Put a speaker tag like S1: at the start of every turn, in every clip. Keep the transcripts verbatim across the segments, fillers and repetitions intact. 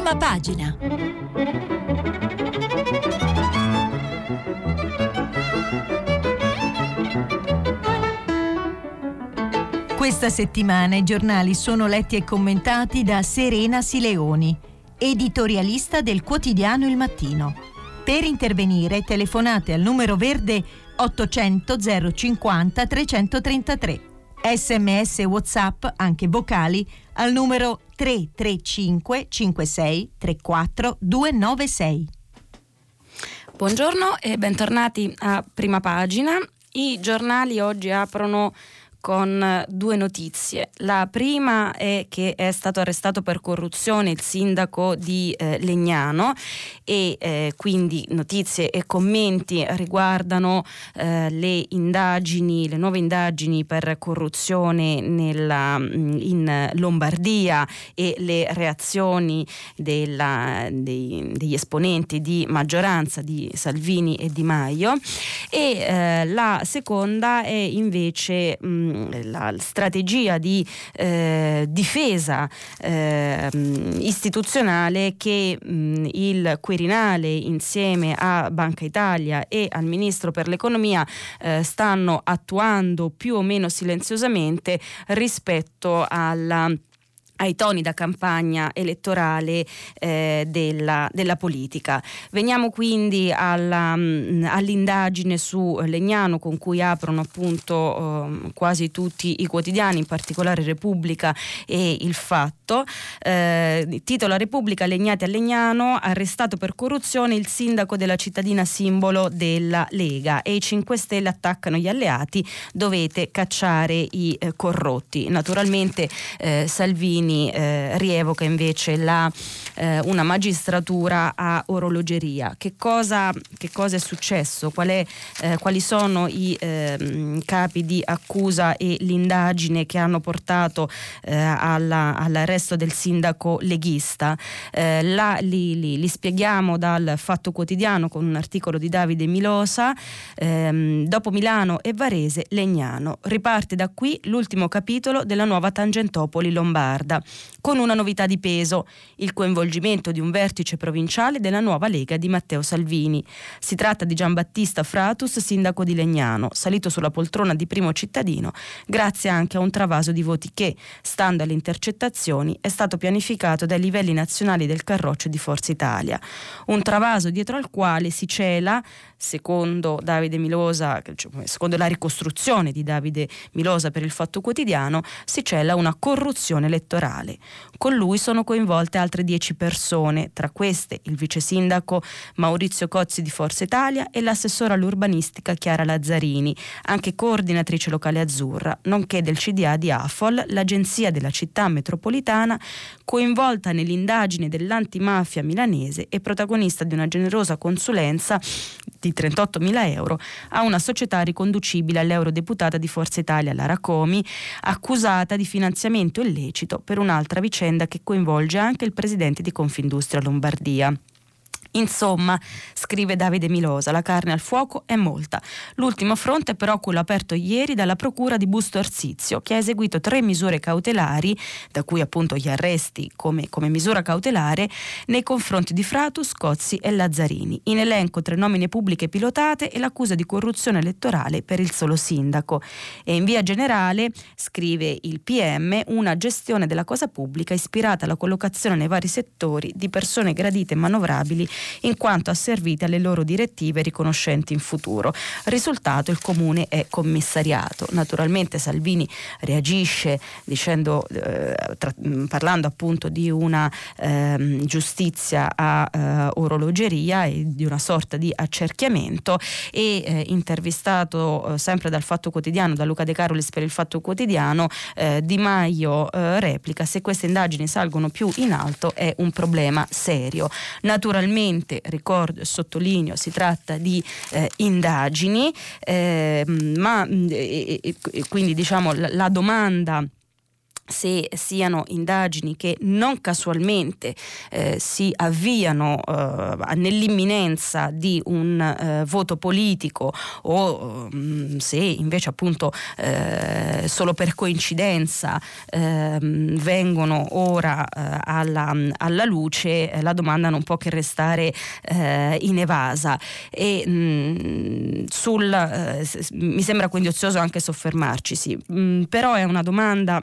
S1: Prima pagina. Questa settimana i giornali sono letti e commentati da Serena Sileoni, editorialista del quotidiano Il Mattino. Per intervenire telefonate al numero verde ottocento zero cinquanta trecentotrentatré. Sms e WhatsApp, anche vocali, al numero tre tre cinque cinque sei tre quattro due nove sei.
S2: Buongiorno e bentornati a Prima Pagina. I giornali oggi aprono con due notizie. La prima è che è stato arrestato per corruzione il sindaco di eh, Legnano e eh, quindi notizie e commenti riguardano eh, le indagini, le nuove indagini per corruzione nella, in Lombardia e le reazioni della, dei, degli esponenti di maggioranza di Salvini e Di Maio. E eh, la seconda è invece mh, la strategia di eh, difesa eh, istituzionale che mh, il Quirinale insieme a Banca Italia e al Ministro per l'Economia eh, stanno attuando più o meno silenziosamente rispetto alla ai toni da campagna elettorale eh, della, della politica. Veniamo quindi alla, mh, all'indagine su Legnano, con cui aprono appunto eh, quasi tutti i quotidiani, in particolare Repubblica e Il Fatto. Eh, titola Repubblica: Legnati a Legnano, arrestato per corruzione il sindaco della cittadina simbolo della Lega, e i cinque Stelle attaccano gli alleati, dovete cacciare i eh, corrotti. Naturalmente eh, Salvini Eh, rievoca invece la, eh, una magistratura a orologeria. Che cosa, che cosa è successo? Qual è, eh, quali sono i eh, capi di accusa e l'indagine che hanno portato eh, alla, all'arresto del sindaco leghista? Eh, la, li, li, li spieghiamo dal Fatto Quotidiano con un articolo di Davide Milosa. Eh, dopo Milano e Varese, Legnano. Riparte da qui l'ultimo capitolo della nuova Tangentopoli lombarda, con una novità di peso: il coinvolgimento di un vertice provinciale della nuova Lega di Matteo Salvini. Si tratta di Giambattista Fratus, sindaco di Legnano, salito sulla poltrona di primo cittadino grazie anche a un travaso di voti che, stando alle intercettazioni, è stato pianificato dai livelli nazionali del Carroccio di Forza Italia. Un travaso dietro al quale si cela, secondo Davide Milosa, secondo la ricostruzione di Davide Milosa per il Fatto Quotidiano, si cela una corruzione elettorale. Con lui sono coinvolte altre dieci persone, tra queste il vice sindaco Maurizio Cozzi di Forza Italia e l'assessora all'urbanistica Chiara Lazzarini, anche coordinatrice locale azzurra, nonché del C D A di AFOL, l'agenzia della città metropolitana, coinvolta nell'indagine dell'antimafia milanese e protagonista di una generosa consulenza di trentottomila euro a una società riconducibile all'eurodeputata di Forza Italia Lara Comi, accusata di finanziamento illecito per un'altra vicenda che coinvolge anche il presidente di Confindustria Lombardia. Insomma, scrive Davide Milosa, la carne al fuoco è molta. L'ultimo fronte però quello aperto ieri dalla procura di Busto Arsizio, che ha eseguito tre misure cautelari, da cui appunto gli arresti come, come misura cautelare, nei confronti di Fratus, Cozzi e Lazzarini. In elenco tre nomine pubbliche pilotate e l'accusa di corruzione elettorale per il solo sindaco. E in via generale, scrive il P M, una gestione della cosa pubblica ispirata alla collocazione nei vari settori di persone gradite e manovrabili in quanto asservite alle loro direttive riconoscenti in futuro. Risultato: il comune è commissariato. Naturalmente Salvini reagisce dicendo, eh, tra, parlando appunto di una eh, giustizia a eh, orologeria e di una sorta di accerchiamento, e eh, intervistato eh, sempre dal Fatto Quotidiano, da Luca De Carolis per il Fatto Quotidiano, eh, Di Maio eh, replica: se queste indagini salgono più in alto è un problema serio. Naturalmente, ricordo e sottolineo, si tratta di eh, indagini, eh, ma e, e, e quindi diciamo la, la domanda se siano indagini che non casualmente eh, si avviano eh, nell'imminenza di un eh, voto politico o mh, se invece appunto eh, solo per coincidenza eh, vengono ora eh, alla, alla luce, eh, la domanda non può che restare eh, inevasa e mh, sul eh, mi sembra quindi ozioso anche soffermarcisi, mh, però è una domanda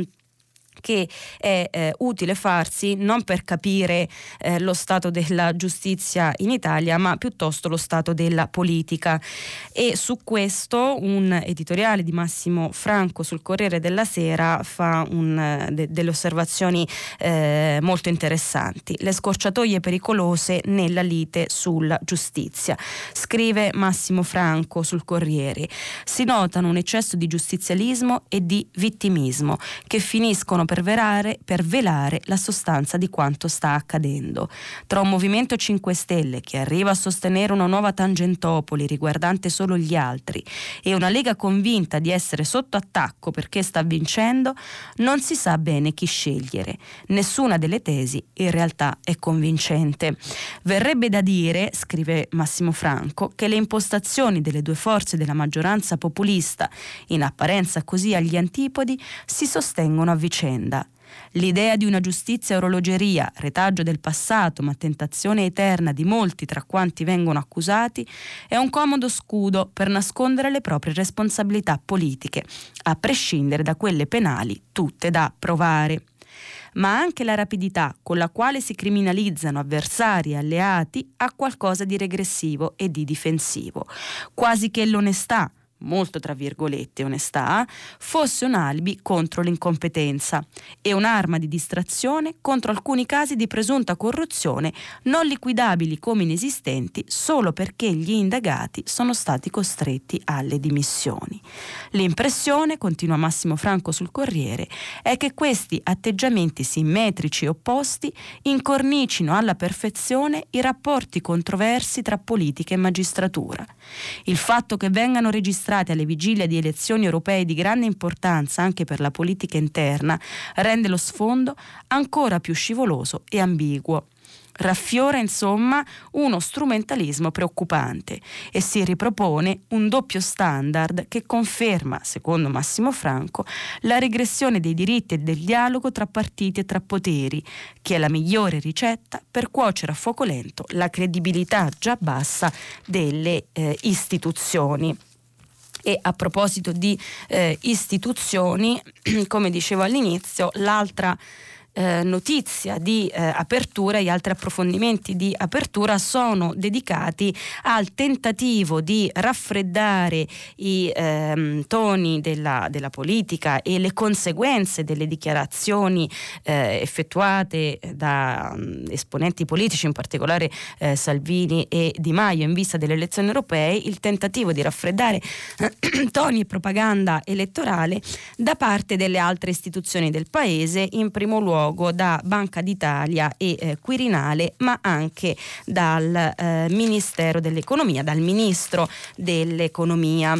S2: che è eh, utile farsi non per capire eh, lo stato della giustizia in Italia, ma piuttosto lo stato della politica. E su questo un editoriale di Massimo Franco sul Corriere della Sera fa un, de, delle osservazioni eh, molto interessanti. Le scorciatoie pericolose nella lite sulla giustizia. Scrive Massimo Franco sul Corriere: si notano un eccesso di giustizialismo e di vittimismo che finiscono per velare, per velare la sostanza di quanto sta accadendo. Tra un Movimento cinque Stelle che arriva a sostenere una nuova Tangentopoli riguardante solo gli altri e una Lega convinta di essere sotto attacco perché sta vincendo, non si sa bene chi scegliere. Nessuna delle tesi in realtà è convincente. Verrebbe da dire, scrive Massimo Franco, che le impostazioni delle due forze della maggioranza populista, in apparenza così agli antipodi, si sostengono a vicenda. L'idea di una giustizia orologeria, retaggio del passato ma tentazione eterna di molti tra quanti vengono accusati, è un comodo scudo per nascondere le proprie responsabilità politiche, a prescindere da quelle penali, tutte da provare. Ma anche la rapidità con la quale si criminalizzano avversari e alleati ha qualcosa di regressivo e di difensivo, quasi che l'onestà, molto tra virgolette onestà, fosse un alibi contro l'incompetenza e un'arma di distrazione contro alcuni casi di presunta corruzione non liquidabili come inesistenti solo perché gli indagati sono stati costretti alle dimissioni. L'impressione, continua Massimo Franco sul Corriere, è che questi atteggiamenti simmetrici e opposti incornicino alla perfezione i rapporti controversi tra politica e magistratura. Il fatto che vengano registrati alle vigilie di elezioni europee di grande importanza anche per la politica interna rende lo sfondo ancora più scivoloso e ambiguo. Raffiora insomma uno strumentalismo preoccupante e si ripropone un doppio standard che conferma, secondo Massimo Franco, la regressione dei diritti e del dialogo tra partiti e tra poteri, che è la migliore ricetta per cuocere a fuoco lento la credibilità già bassa delle eh, istituzioni. E a proposito di eh, istituzioni, come dicevo all'inizio, l'altra Eh, notizia di eh, apertura, gli altri approfondimenti di apertura sono dedicati al tentativo di raffreddare i ehm, toni della, della politica e le conseguenze delle dichiarazioni eh, effettuate da um, esponenti politici, in particolare eh, Salvini e Di Maio, in vista delle elezioni europee, il tentativo di raffreddare toni e propaganda elettorale da parte delle altre istituzioni del paese, in primo luogo da Banca d'Italia e eh, Quirinale, ma anche dal eh, Ministero dell'Economia, dal Ministro dell'Economia.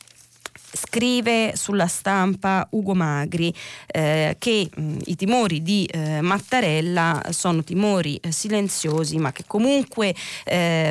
S2: Scrive sulla Stampa Ugo Magri eh, che mh, i timori di eh, Mattarella sono timori eh, silenziosi, ma che comunque eh,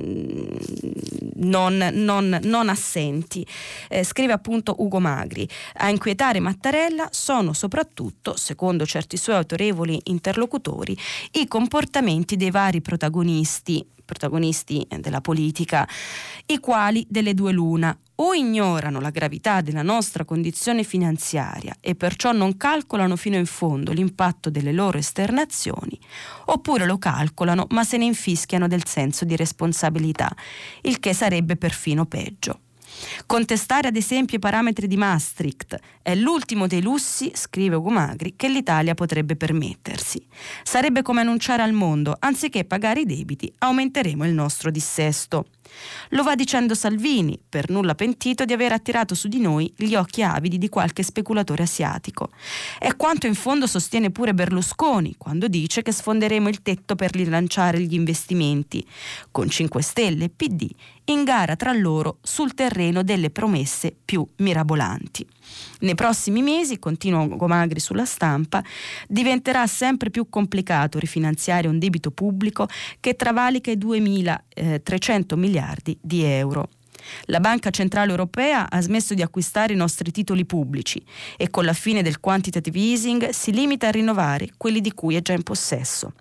S2: non, non, non assenti. Eh, scrive appunto Ugo Magri: a inquietare Mattarella sono soprattutto, secondo certi suoi autorevoli interlocutori, i comportamenti dei vari protagonisti protagonisti della politica, i quali delle due l'una: o ignorano la gravità della nostra condizione finanziaria e perciò non calcolano fino in fondo l'impatto delle loro esternazioni, oppure lo calcolano ma se ne infischiano del senso di responsabilità, il che sarebbe perfino peggio. Contestare ad esempio i parametri di Maastricht è l'ultimo dei lussi, scrive Ugo Magri, che l'Italia potrebbe permettersi. Sarebbe come annunciare al mondo: anziché pagare i debiti, aumenteremo il nostro dissesto. Lo va dicendo Salvini, per nulla pentito di aver attirato su di noi gli occhi avidi di qualche speculatore asiatico. È quanto in fondo sostiene pure Berlusconi quando dice che sfonderemo il tetto per rilanciare gli investimenti. Con cinque Stelle e P D in gara tra loro sul terreno delle promesse più mirabolanti. Nei prossimi mesi, continua Magri sulla Stampa, diventerà sempre più complicato rifinanziare un debito pubblico che travalica i duemilatrecento miliardi di euro. La Banca Centrale Europea ha smesso di acquistare i nostri titoli pubblici e con la fine del quantitative easing si limita a rinnovare quelli di cui è già in possesso.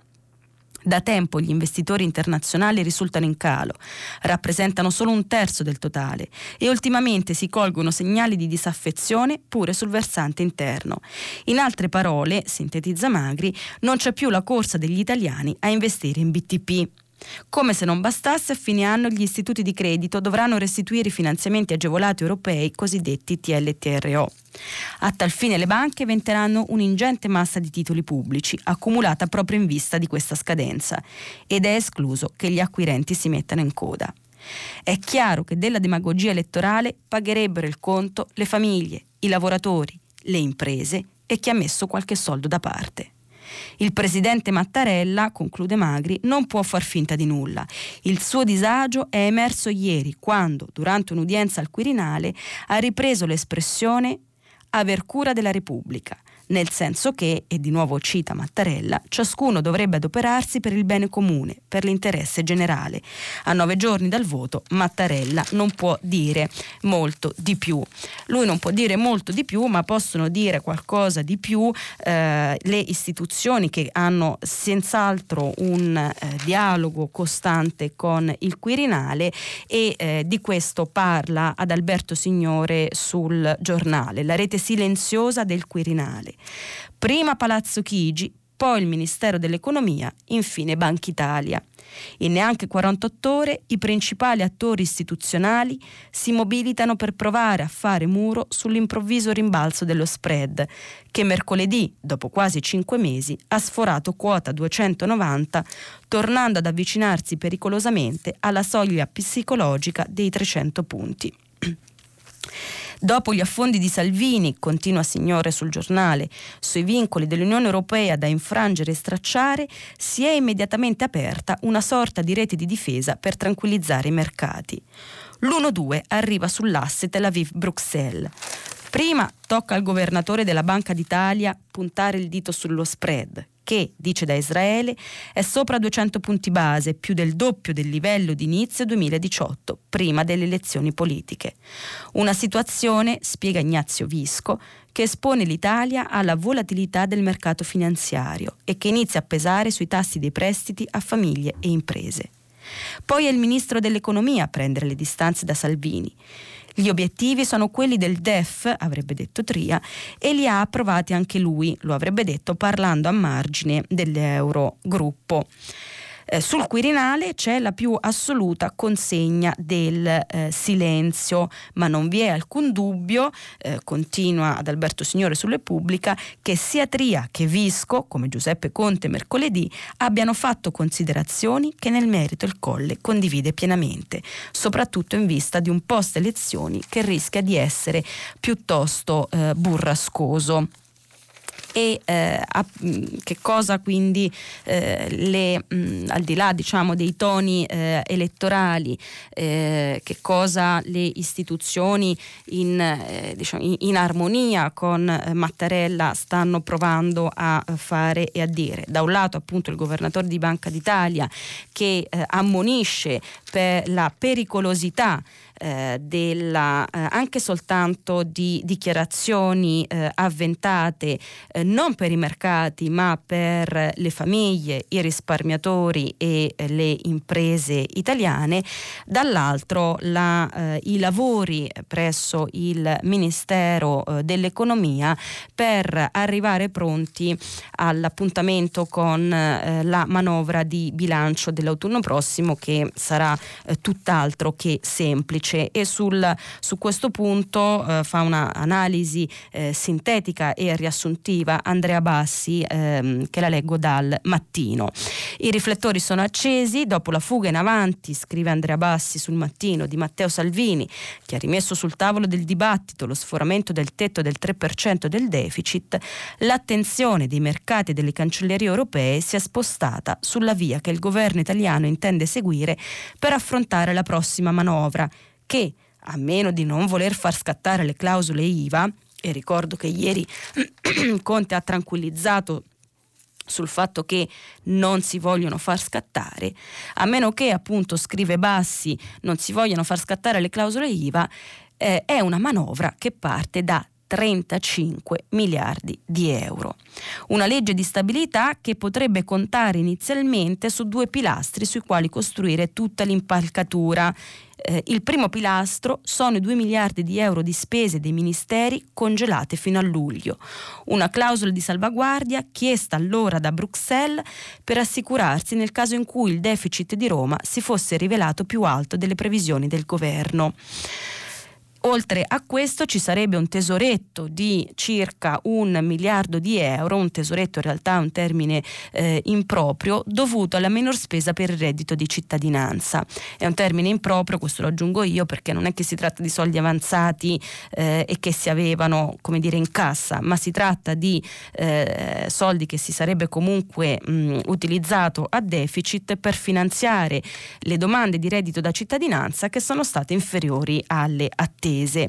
S2: Da tempo gli investitori internazionali risultano in calo, rappresentano solo un terzo del totale e ultimamente si colgono segnali di disaffezione pure sul versante interno. In altre parole, sintetizza Magri, non c'è più la corsa degli italiani a investire in B T P. Come se non bastasse, a fine anno gli istituti di credito dovranno restituire i finanziamenti agevolati europei cosiddetti T L T R O. A tal fine le banche venteranno un'ingente massa di titoli pubblici accumulata proprio in vista di questa scadenza ed è escluso che gli acquirenti si mettano in coda. È chiaro che della demagogia elettorale pagherebbero il conto le famiglie, i lavoratori, le imprese e chi ha messo qualche soldo da parte. Il presidente Mattarella, conclude Magri, non può far finta di nulla. Il suo disagio è emerso ieri quando, durante un'udienza al Quirinale, ha ripreso l'espressione aver cura della Repubblica, nel senso che, e di nuovo cita Mattarella, ciascuno dovrebbe adoperarsi per il bene comune, per l'interesse generale. A nove giorni dal voto Mattarella non può dire molto di più. Lui non può dire molto di più, ma possono dire qualcosa di più eh, le istituzioni che hanno senz'altro un eh, dialogo costante con il Quirinale e eh, di questo parla ad Alberto Signore sul Giornale, la rete silenziosa del Quirinale. Prima Palazzo Chigi, poi il Ministero dell'Economia, infine Banca Italia. In neanche quarantotto ore i principali attori istituzionali si mobilitano per provare a fare muro sull'improvviso rimbalzo dello spread, che mercoledì, dopo quasi cinque mesi, ha sforato quota duecentonovanta, tornando ad avvicinarsi pericolosamente alla soglia psicologica dei trecento punti. Dopo gli affondi di Salvini, continua Signore sul Giornale, sui vincoli dell'Unione Europea da infrangere e stracciare, si è immediatamente aperta una sorta di rete di difesa per tranquillizzare i mercati. L'uno due arriva sull'asse Tel Aviv-Bruxelles. Prima tocca al governatore della Banca d'Italia puntare il dito sullo spread, che, dice da Israele, è sopra duecento punti base, più del doppio del livello di inizio duemiladiciotto, prima delle elezioni politiche. Una situazione, spiega Ignazio Visco, che espone l'Italia alla volatilità del mercato finanziario e che inizia a pesare sui tassi dei prestiti a famiglie e imprese. Poi è il ministro dell'Economia a prendere le distanze da Salvini. Gli obiettivi sono quelli del D E F, avrebbe detto Tria, e li ha approvati anche lui, lo avrebbe detto parlando a margine dell'Eurogruppo. Eh, sul Quirinale c'è la più assoluta consegna del eh, silenzio, ma non vi è alcun dubbio, eh, continua ad Alberto Signore su Repubblica, che sia Tria che Visco, come Giuseppe Conte mercoledì, abbiano fatto considerazioni che nel merito il Colle condivide pienamente, soprattutto in vista di un post elezioni che rischia di essere piuttosto eh, burrascoso. E eh, a, che cosa quindi eh, le, mh, al di là diciamo dei toni eh, elettorali, eh, che cosa le istituzioni in, eh, diciamo, in, in armonia con eh, Mattarella stanno provando a fare e a dire. Da un lato appunto il governatore di Banca d'Italia che eh, ammonisce per la pericolosità Eh, della, eh, anche soltanto di dichiarazioni eh, avventate eh, non per i mercati ma per le famiglie, i risparmiatori e eh, le imprese italiane, dall'altro la, eh, i lavori presso il Ministero eh, dell'Economia per arrivare pronti all'appuntamento con eh, la manovra di bilancio dell'autunno prossimo, che sarà eh, tutt'altro che semplice. dice, e sul, su questo punto eh, fa una analisi eh, sintetica e riassuntiva Andrea Bassi, ehm, che la leggo dal Mattino. I riflettori sono accesi dopo la fuga in avanti, scrive Andrea Bassi sul Mattino, di Matteo Salvini, che ha rimesso sul tavolo del dibattito lo sforamento del tetto del tre per cento del deficit. L'attenzione dei mercati e delle cancellerie europee si è spostata sulla via che il governo italiano intende seguire per affrontare la prossima manovra, che, a meno di non voler far scattare le clausole I V A, e ricordo che ieri Conte ha tranquillizzato sul fatto che non si vogliono far scattare, a meno che, appunto, scrive Bassi, non si vogliano far scattare le clausole I V A, eh, è una manovra che parte da trentacinque miliardi di euro. Una legge di stabilità che potrebbe contare inizialmente su due pilastri sui quali costruire tutta l'impalcatura. Eh, il primo pilastro sono i due miliardi di euro di spese dei ministeri congelate fino a luglio, una clausola di salvaguardia chiesta allora da Bruxelles per assicurarsi nel caso in cui il deficit di Roma si fosse rivelato più alto delle previsioni del governo. Oltre a questo ci sarebbe un tesoretto di circa un miliardo di euro, un tesoretto in realtà è un termine eh, improprio, dovuto alla minor spesa per il reddito di cittadinanza. È un termine improprio, questo lo aggiungo io, perché non è che si tratta di soldi avanzati eh, e che si avevano, come dire, in cassa, ma si tratta di eh, soldi che si sarebbe comunque mh, utilizzato a deficit per finanziare le domande di reddito da cittadinanza che sono state inferiori alle attese.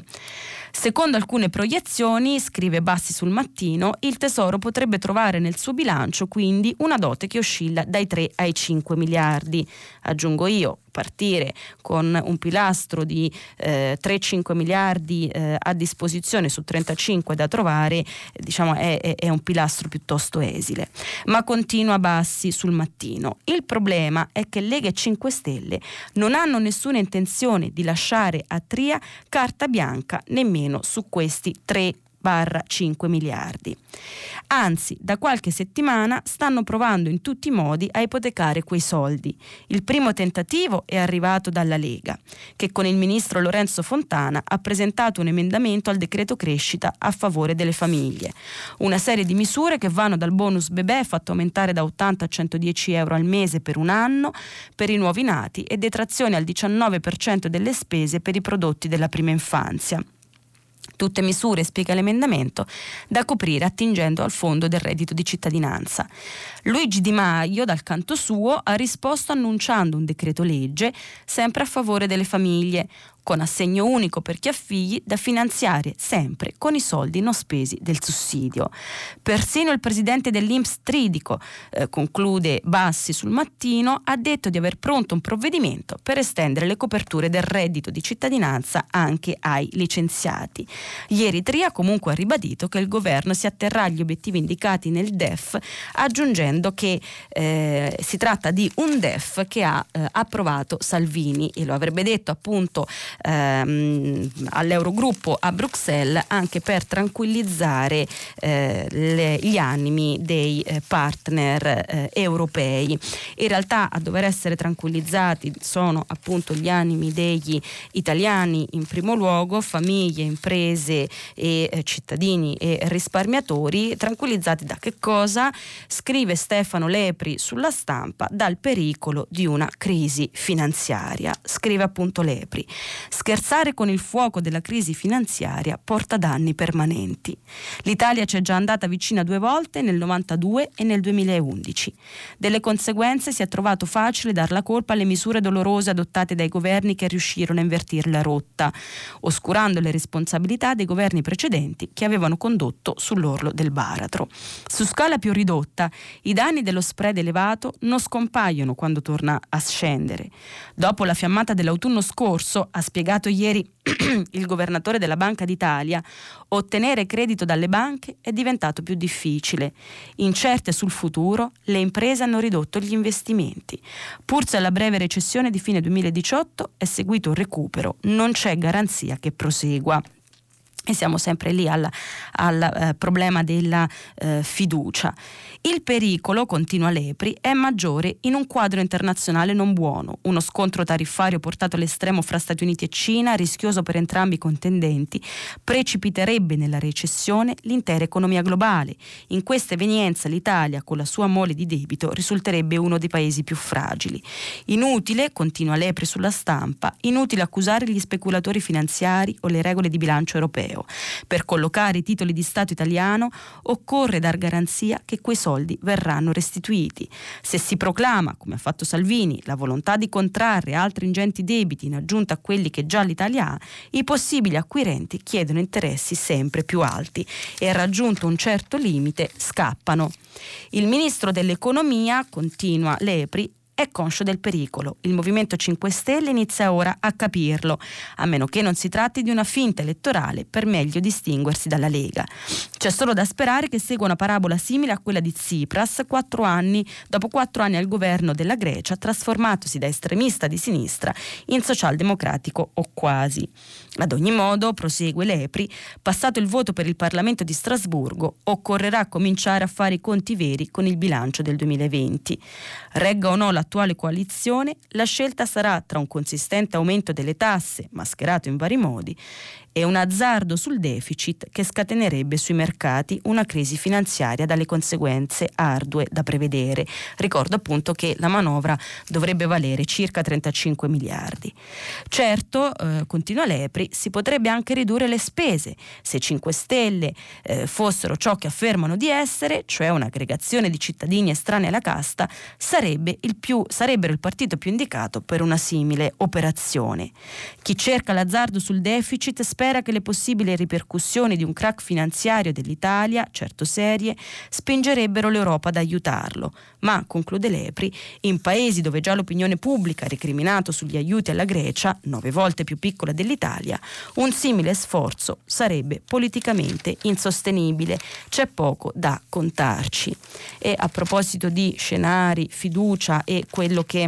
S2: Secondo alcune proiezioni, scrive Bassi sul Mattino, il Tesoro potrebbe trovare nel suo bilancio quindi una dote che oscilla dai tre ai cinque miliardi. Aggiungo io, partire con un pilastro di eh, tre cinque miliardi eh, a disposizione su trentacinque da trovare, diciamo è, è, è un pilastro piuttosto esile. Ma continua Bassi sul Mattino. Il problema è che Lega e cinque Stelle non hanno nessuna intenzione di lasciare a Tria carta bianca nemmeno su questi tre cinque miliardi. Anzi, da qualche settimana stanno provando in tutti i modi a ipotecare quei soldi. Il primo tentativo è arrivato dalla Lega, che con il ministro Lorenzo Fontana ha presentato un emendamento al decreto crescita a favore delle famiglie. Una serie di misure che vanno dal bonus bebè fatto aumentare da ottanta a centodieci euro al mese per un anno per i nuovi nati e detrazione al diciannove per cento delle spese per i prodotti della prima infanzia. Tutte misure, spiega l'emendamento, da coprire attingendo al fondo del reddito di cittadinanza. Luigi Di Maio, dal canto suo, ha risposto annunciando un decreto legge sempre a favore delle famiglie, con assegno unico per chi ha figli da finanziare sempre con i soldi non spesi del sussidio. Persino il presidente dell'I N P S Tridico, eh, conclude Bassi sul Mattino, ha detto di aver pronto un provvedimento per estendere le coperture del reddito di cittadinanza anche ai licenziati. Ieri Tria comunque ha ribadito che il governo si atterrà agli obiettivi indicati nel D E F, aggiungendo che eh, si tratta di un D E F che ha eh, approvato Salvini, e lo avrebbe detto appunto Ehm, all'Eurogruppo a Bruxelles, anche per tranquillizzare eh, le, gli animi dei eh, partner eh, europei. In realtà a dover essere tranquillizzati sono appunto gli animi degli italiani in primo luogo, famiglie, imprese e eh, cittadini e risparmiatori. Tranquillizzati da che cosa? Scrive Stefano Lepri sulla Stampa: dal pericolo di una crisi finanziaria. Scrive appunto Lepri: scherzare con il fuoco della crisi finanziaria porta danni permanenti. L'Italia ci è già andata vicina due volte, nel novantadue e nel duemilaundici. Delle conseguenze si è trovato facile dar la colpa alle misure dolorose adottate dai governi che riuscirono a invertire la rotta, oscurando le responsabilità dei governi precedenti che avevano condotto sull'orlo del baratro. Su scala più ridotta, i danni dello spread elevato non scompaiono quando torna a scendere. Dopo la fiammata dell'autunno scorso, ha spiegato ieri il governatore della Banca d'Italia, ottenere credito dalle banche è diventato più difficile. Incerte sul futuro, le imprese hanno ridotto gli investimenti. Pur se alla breve recessione di fine duemiladiciotto è seguito un recupero, non c'è garanzia che prosegua. E siamo sempre lì al, al eh, problema della eh, fiducia. Il pericolo, continua Lepri, è maggiore in un quadro internazionale non buono. Uno scontro tariffario portato all'estremo fra Stati Uniti e Cina, rischioso per entrambi i contendenti, precipiterebbe nella recessione l'intera economia globale. In questa evenienza l'Italia, con la sua mole di debito, risulterebbe uno dei paesi più fragili. Inutile, continua Lepri sulla Stampa, inutile accusare gli speculatori finanziari o le regole di bilancio europeo. Per collocare i titoli di Stato italiano occorre dar garanzia che quei soldi verranno restituiti. Se si proclama, come ha fatto Salvini, la volontà di contrarre altri ingenti debiti in aggiunta a quelli che già l'Italia ha, i possibili acquirenti chiedono interessi sempre più alti e, raggiunto un certo limite, scappano. Il ministro dell'economia, continua Lepri, è conscio del pericolo. Il Movimento cinque Stelle inizia ora a capirlo, a meno che non si tratti di una finta elettorale per meglio distinguersi dalla Lega. C'è solo da sperare che segua una parabola simile a quella di Tsipras, quattro anni, dopo quattro anni al governo della Grecia, trasformatosi da estremista di sinistra in socialdemocratico o quasi. Ad ogni modo, prosegue Lepri, passato il voto per il Parlamento di Strasburgo, occorrerà cominciare a fare i conti veri con il bilancio del duemilaventi. Regga o no l'attuale coalizione, la scelta sarà tra un consistente aumento delle tasse, mascherato in vari modi, e un azzardo sul deficit che scatenerebbe sui mercati una crisi finanziaria dalle conseguenze ardue da prevedere. Ricordo appunto che la manovra dovrebbe valere circa trentacinque miliardi. Certo, eh, continua Lepri, si potrebbe anche ridurre le spese se cinque Stelle eh, fossero ciò che affermano di essere, cioè un'aggregazione di cittadini estranei alla casta, sarebbe il più, sarebbero il partito più indicato per una simile operazione. Chi cerca l'azzardo sul deficit spera che le possibili ripercussioni di un crack finanziario dell'Italia, certo serie, spingerebbero l'Europa ad aiutarlo. Ma, conclude Lepri, in paesi dove già l'opinione pubblica ha recriminato sugli aiuti alla Grecia, nove volte più piccola dell'Italia, un simile sforzo sarebbe politicamente insostenibile. C'è poco da contarci. E a proposito di scenari, fiducia e quello che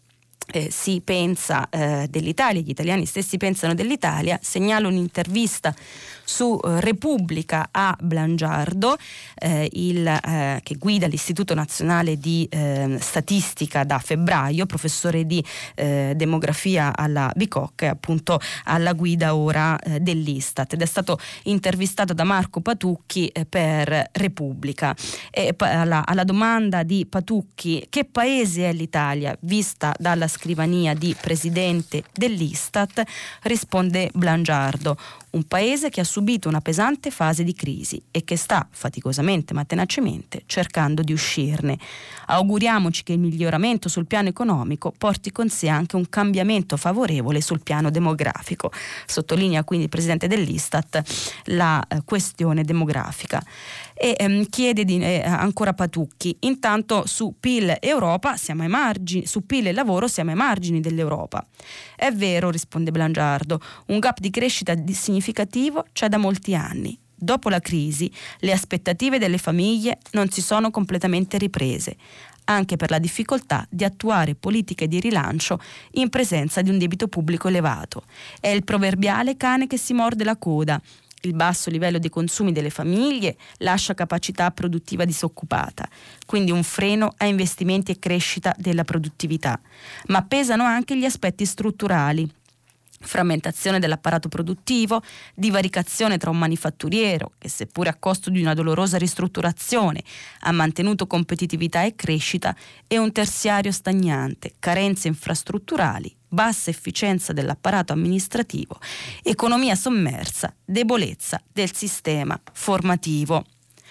S2: Eh, si pensa eh, dell'Italia, gli italiani stessi pensano dell'Italia, segnalo un'intervista su eh, Repubblica a Blangiardo, eh, il, eh, che guida l'Istituto Nazionale di eh, Statistica da febbraio, professore di eh, demografia alla Bicocca e appunto alla guida ora eh, dell'Istat, ed è stato intervistato da Marco Patucchi eh, per Repubblica. E, pa- alla, alla domanda di Patucchi che paese è l'Italia vista dalla scrivania di presidente dell'Istat, risponde Blangiardo: un paese che ha subito una pesante fase di crisi e che sta faticosamente ma tenacemente cercando di uscirne. Auguriamoci che il miglioramento sul piano economico porti con sé anche un cambiamento favorevole sul piano demografico. Sottolinea quindi il presidente dell'Istat la eh, questione demografica. E ehm, chiede di, eh, ancora Patucchi: intanto su P I L Europa siamo ai margini, su P I L e lavoro siamo ai margini dell'Europa. È vero, risponde Blangiardo, un gap di crescita significativo c'è da molti anni. Dopo la crisi, le aspettative delle famiglie non si sono completamente riprese, anche per la difficoltà di attuare politiche di rilancio in presenza di un debito pubblico elevato. È il proverbiale cane che si morde la coda. Il basso livello dei consumi delle famiglie lascia capacità produttiva disoccupata, quindi un freno a investimenti e crescita della produttività. Ma pesano anche gli aspetti strutturali: frammentazione dell'apparato produttivo, divaricazione tra un manifatturiero che, seppure a costo di una dolorosa ristrutturazione, ha mantenuto competitività e crescita, e un terziario stagnante, carenze infrastrutturali, bassa efficienza dell'apparato amministrativo, economia sommersa, debolezza del sistema formativo.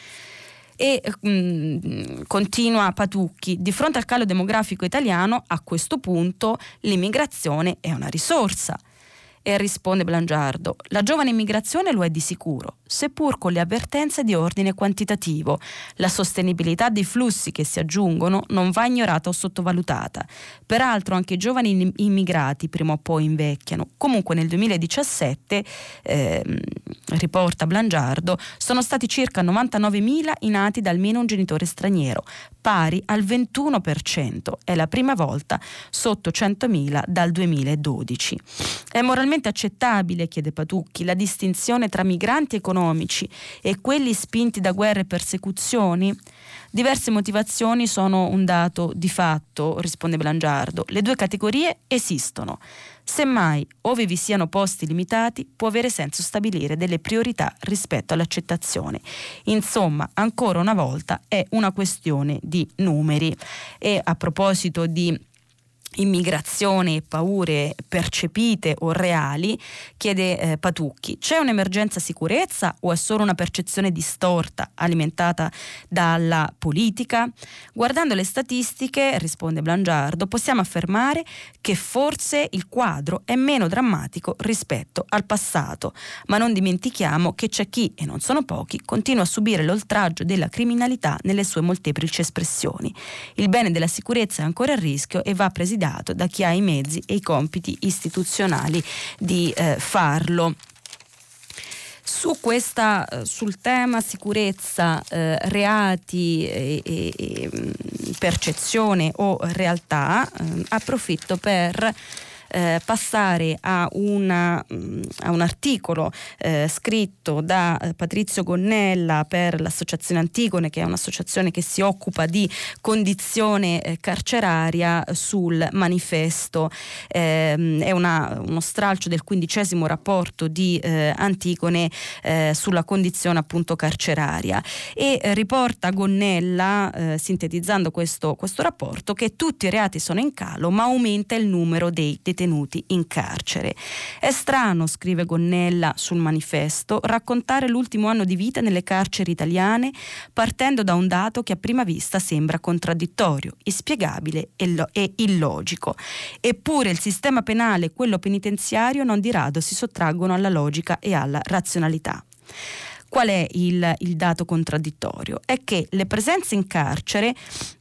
S2: E mh, continua Patucchi: di fronte al calo demografico italiano, a questo punto l'immigrazione è una risorsa. E risponde Blangiardo: la giovane immigrazione lo è di sicuro, seppur con le avvertenze di ordine quantitativo. La sostenibilità dei flussi che si aggiungono non va ignorata o sottovalutata. Peraltro anche i giovani immigrati prima o poi invecchiano. Comunque nel duemiladiciassette, eh, riporta Blangiardo, sono stati circa novantanovemila i nati da almeno un genitore straniero, pari al ventuno per cento. È la prima volta sotto centomila dal duemiladodici. È moralmente realmente accettabile, chiede Patucchi, la distinzione tra migranti economici e quelli spinti da guerre e persecuzioni? Diverse motivazioni sono un dato di fatto, risponde Blangiardo. Le due categorie esistono. Semmai, ove vi siano posti limitati, può avere senso stabilire delle priorità rispetto all'accettazione. Insomma, ancora una volta è una questione di numeri. E a proposito di immigrazione e paure percepite o reali, chiede eh, Patucchi, c'è un'emergenza sicurezza o è solo una percezione distorta alimentata dalla politica? Guardando le statistiche, risponde Blangiardo, possiamo affermare che forse il quadro è meno drammatico rispetto al passato, ma non dimentichiamo che c'è chi, e non sono pochi, continua a subire l'oltraggio della criminalità nelle sue molteplici espressioni. Il bene della sicurezza è ancora a rischio e va presidiato da chi ha i mezzi e i compiti istituzionali di eh, farlo. Su questa, sul tema sicurezza, eh, reati e, e, e percezione o realtà, eh, approfitto per Eh, passare a, una, a un articolo eh, scritto da eh, Patrizio Gonnella per l'Associazione Antigone, che è un'associazione che si occupa di condizione eh, carceraria, sul Manifesto. Eh, è una, uno stralcio del quindicesimo rapporto di eh, Antigone eh, sulla condizione appunto carceraria, e eh, riporta Gonnella, eh, sintetizzando questo, questo rapporto, che tutti i reati sono in calo, ma aumenta il numero dei detenuti in carcere. È strano, scrive Gonnella sul Manifesto, raccontare l'ultimo anno di vita nelle carceri italiane partendo da un dato che a prima vista sembra contraddittorio, inspiegabile e, lo- e illogico. Eppure il sistema penale e quello penitenziario non di rado si sottraggono alla logica e alla razionalità. Qual è il, il dato contraddittorio? È che le presenze in carcere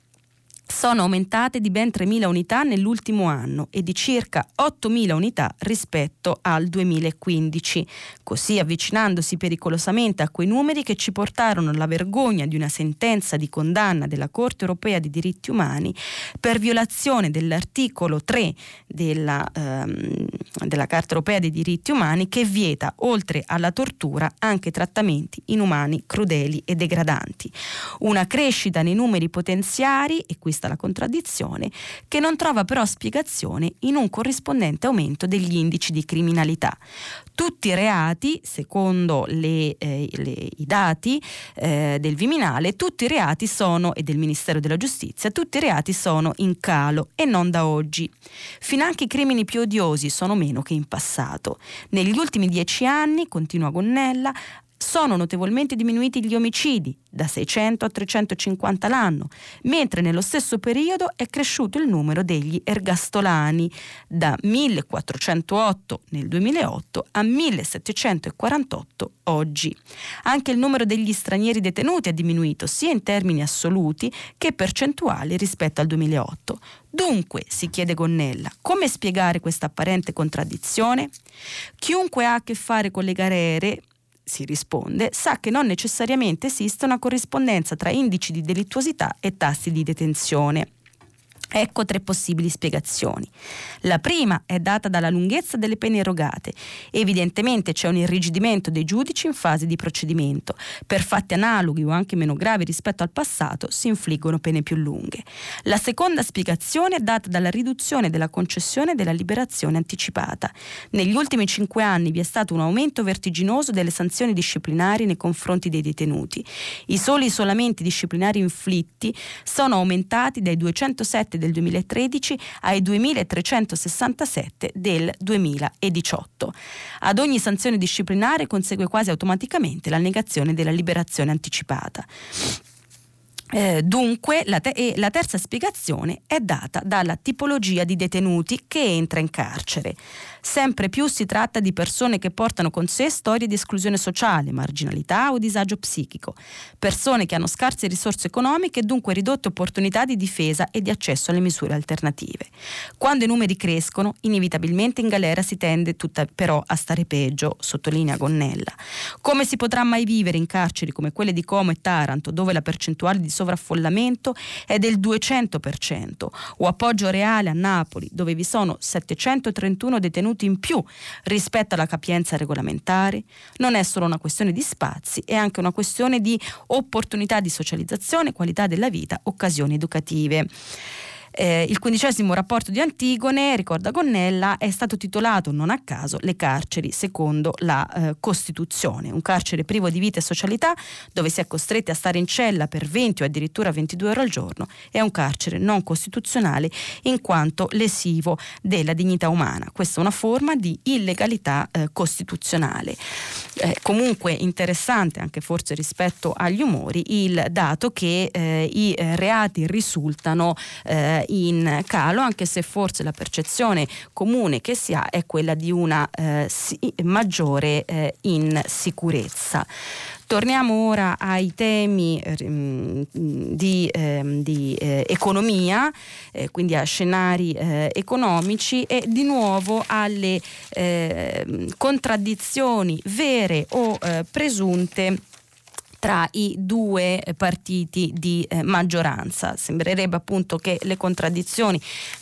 S2: sono aumentate di ben tremila unità nell'ultimo anno e di circa ottomila unità rispetto al duemilaquindici, così avvicinandosi pericolosamente a quei numeri che ci portarono alla vergogna di una sentenza di condanna della Corte Europea dei Diritti Umani per violazione dell'articolo tre della, ehm, della Carta Europea dei Diritti Umani, che vieta, oltre alla tortura, anche trattamenti inumani, crudeli e degradanti. Una crescita nei numeri potenziari, e qui la contraddizione, che non trova però spiegazione in un corrispondente aumento degli indici di criminalità. Tutti i reati, secondo le, eh, le, i dati eh, del Viminale, tutti i reati sono, e del Ministero della Giustizia, tutti i reati sono in calo, e non da oggi. Finanche i crimini più odiosi sono meno che in passato. Negli ultimi dieci anni, continua Gonnella, sono notevolmente diminuiti gli omicidi, da seicento a trecentocinquanta l'anno, mentre nello stesso periodo è cresciuto il numero degli ergastolani, da millequattrocentootto nel duemilaotto a millesettecentoquarantotto oggi. Anche il numero degli stranieri detenuti è diminuito sia in termini assoluti che percentuali rispetto al duemilaotto. Dunque, si chiede Gonnella, come spiegare questa apparente contraddizione? Chiunque ha a che fare con le galere, si risponde, sa che non necessariamente esiste una corrispondenza tra indici di delittuosità e tassi di detenzione. Ecco tre possibili spiegazioni. La prima è data dalla lunghezza delle pene erogate. Evidentemente c'è un irrigidimento dei giudici in fase di procedimento. Per fatti analoghi o anche meno gravi rispetto al passato si infliggono pene più lunghe. La seconda spiegazione è data dalla riduzione della concessione della liberazione anticipata. Negli ultimi cinque anni vi è stato un aumento vertiginoso delle sanzioni disciplinari nei confronti dei detenuti. I soli isolamenti disciplinari inflitti sono aumentati dai duecentosette del duemilatredici ai duemilatrecentosessantasette del duemiladiciotto. Ad ogni sanzione disciplinare consegue quasi automaticamente la negazione della liberazione anticipata. Eh, dunque la, te- e la terza spiegazione è data dalla tipologia di detenuti che entra in carcere. Sempre più si tratta di persone che portano con sé storie di esclusione sociale, marginalità o disagio psichico, persone che hanno scarse risorse economiche e dunque ridotte opportunità di difesa e di accesso alle misure alternative. Quando i numeri crescono, inevitabilmente in galera si tende tutta però a stare peggio, sottolinea Gonnella. Come si potrà mai vivere in carceri come quelle di Como e Taranto, dove la percentuale di sovraffollamento è del duecento per cento, o a Poggio Reale a Napoli, dove vi sono settecentotrentuno detenuti in più rispetto alla capienza regolamentare, non è solo una questione di spazi, è anche una questione di opportunità di socializzazione, qualità della vita, occasioni educative. Eh, il quindicesimo rapporto di Antigone, ricorda Gonnella, è stato titolato non a caso Le carceri secondo la eh, Costituzione, un carcere privo di vita e socialità dove si è costretti a stare in cella per venti o addirittura ventidue ore al giorno, è un carcere non costituzionale in quanto lesivo della dignità umana. Questa è una forma di illegalità eh, costituzionale. Eh, comunque interessante anche forse rispetto agli umori il dato che eh, i eh, reati risultano eh, in calo, anche se forse la percezione comune che si ha è quella di una eh, si, maggiore eh, insicurezza. Torniamo ora ai temi eh, di, eh, di eh, economia, eh, quindi a scenari eh, economici e di nuovo alle eh, contraddizioni vere o eh, presunte tra i due partiti di eh, maggioranza. Sembrerebbe appunto che le contraddizioni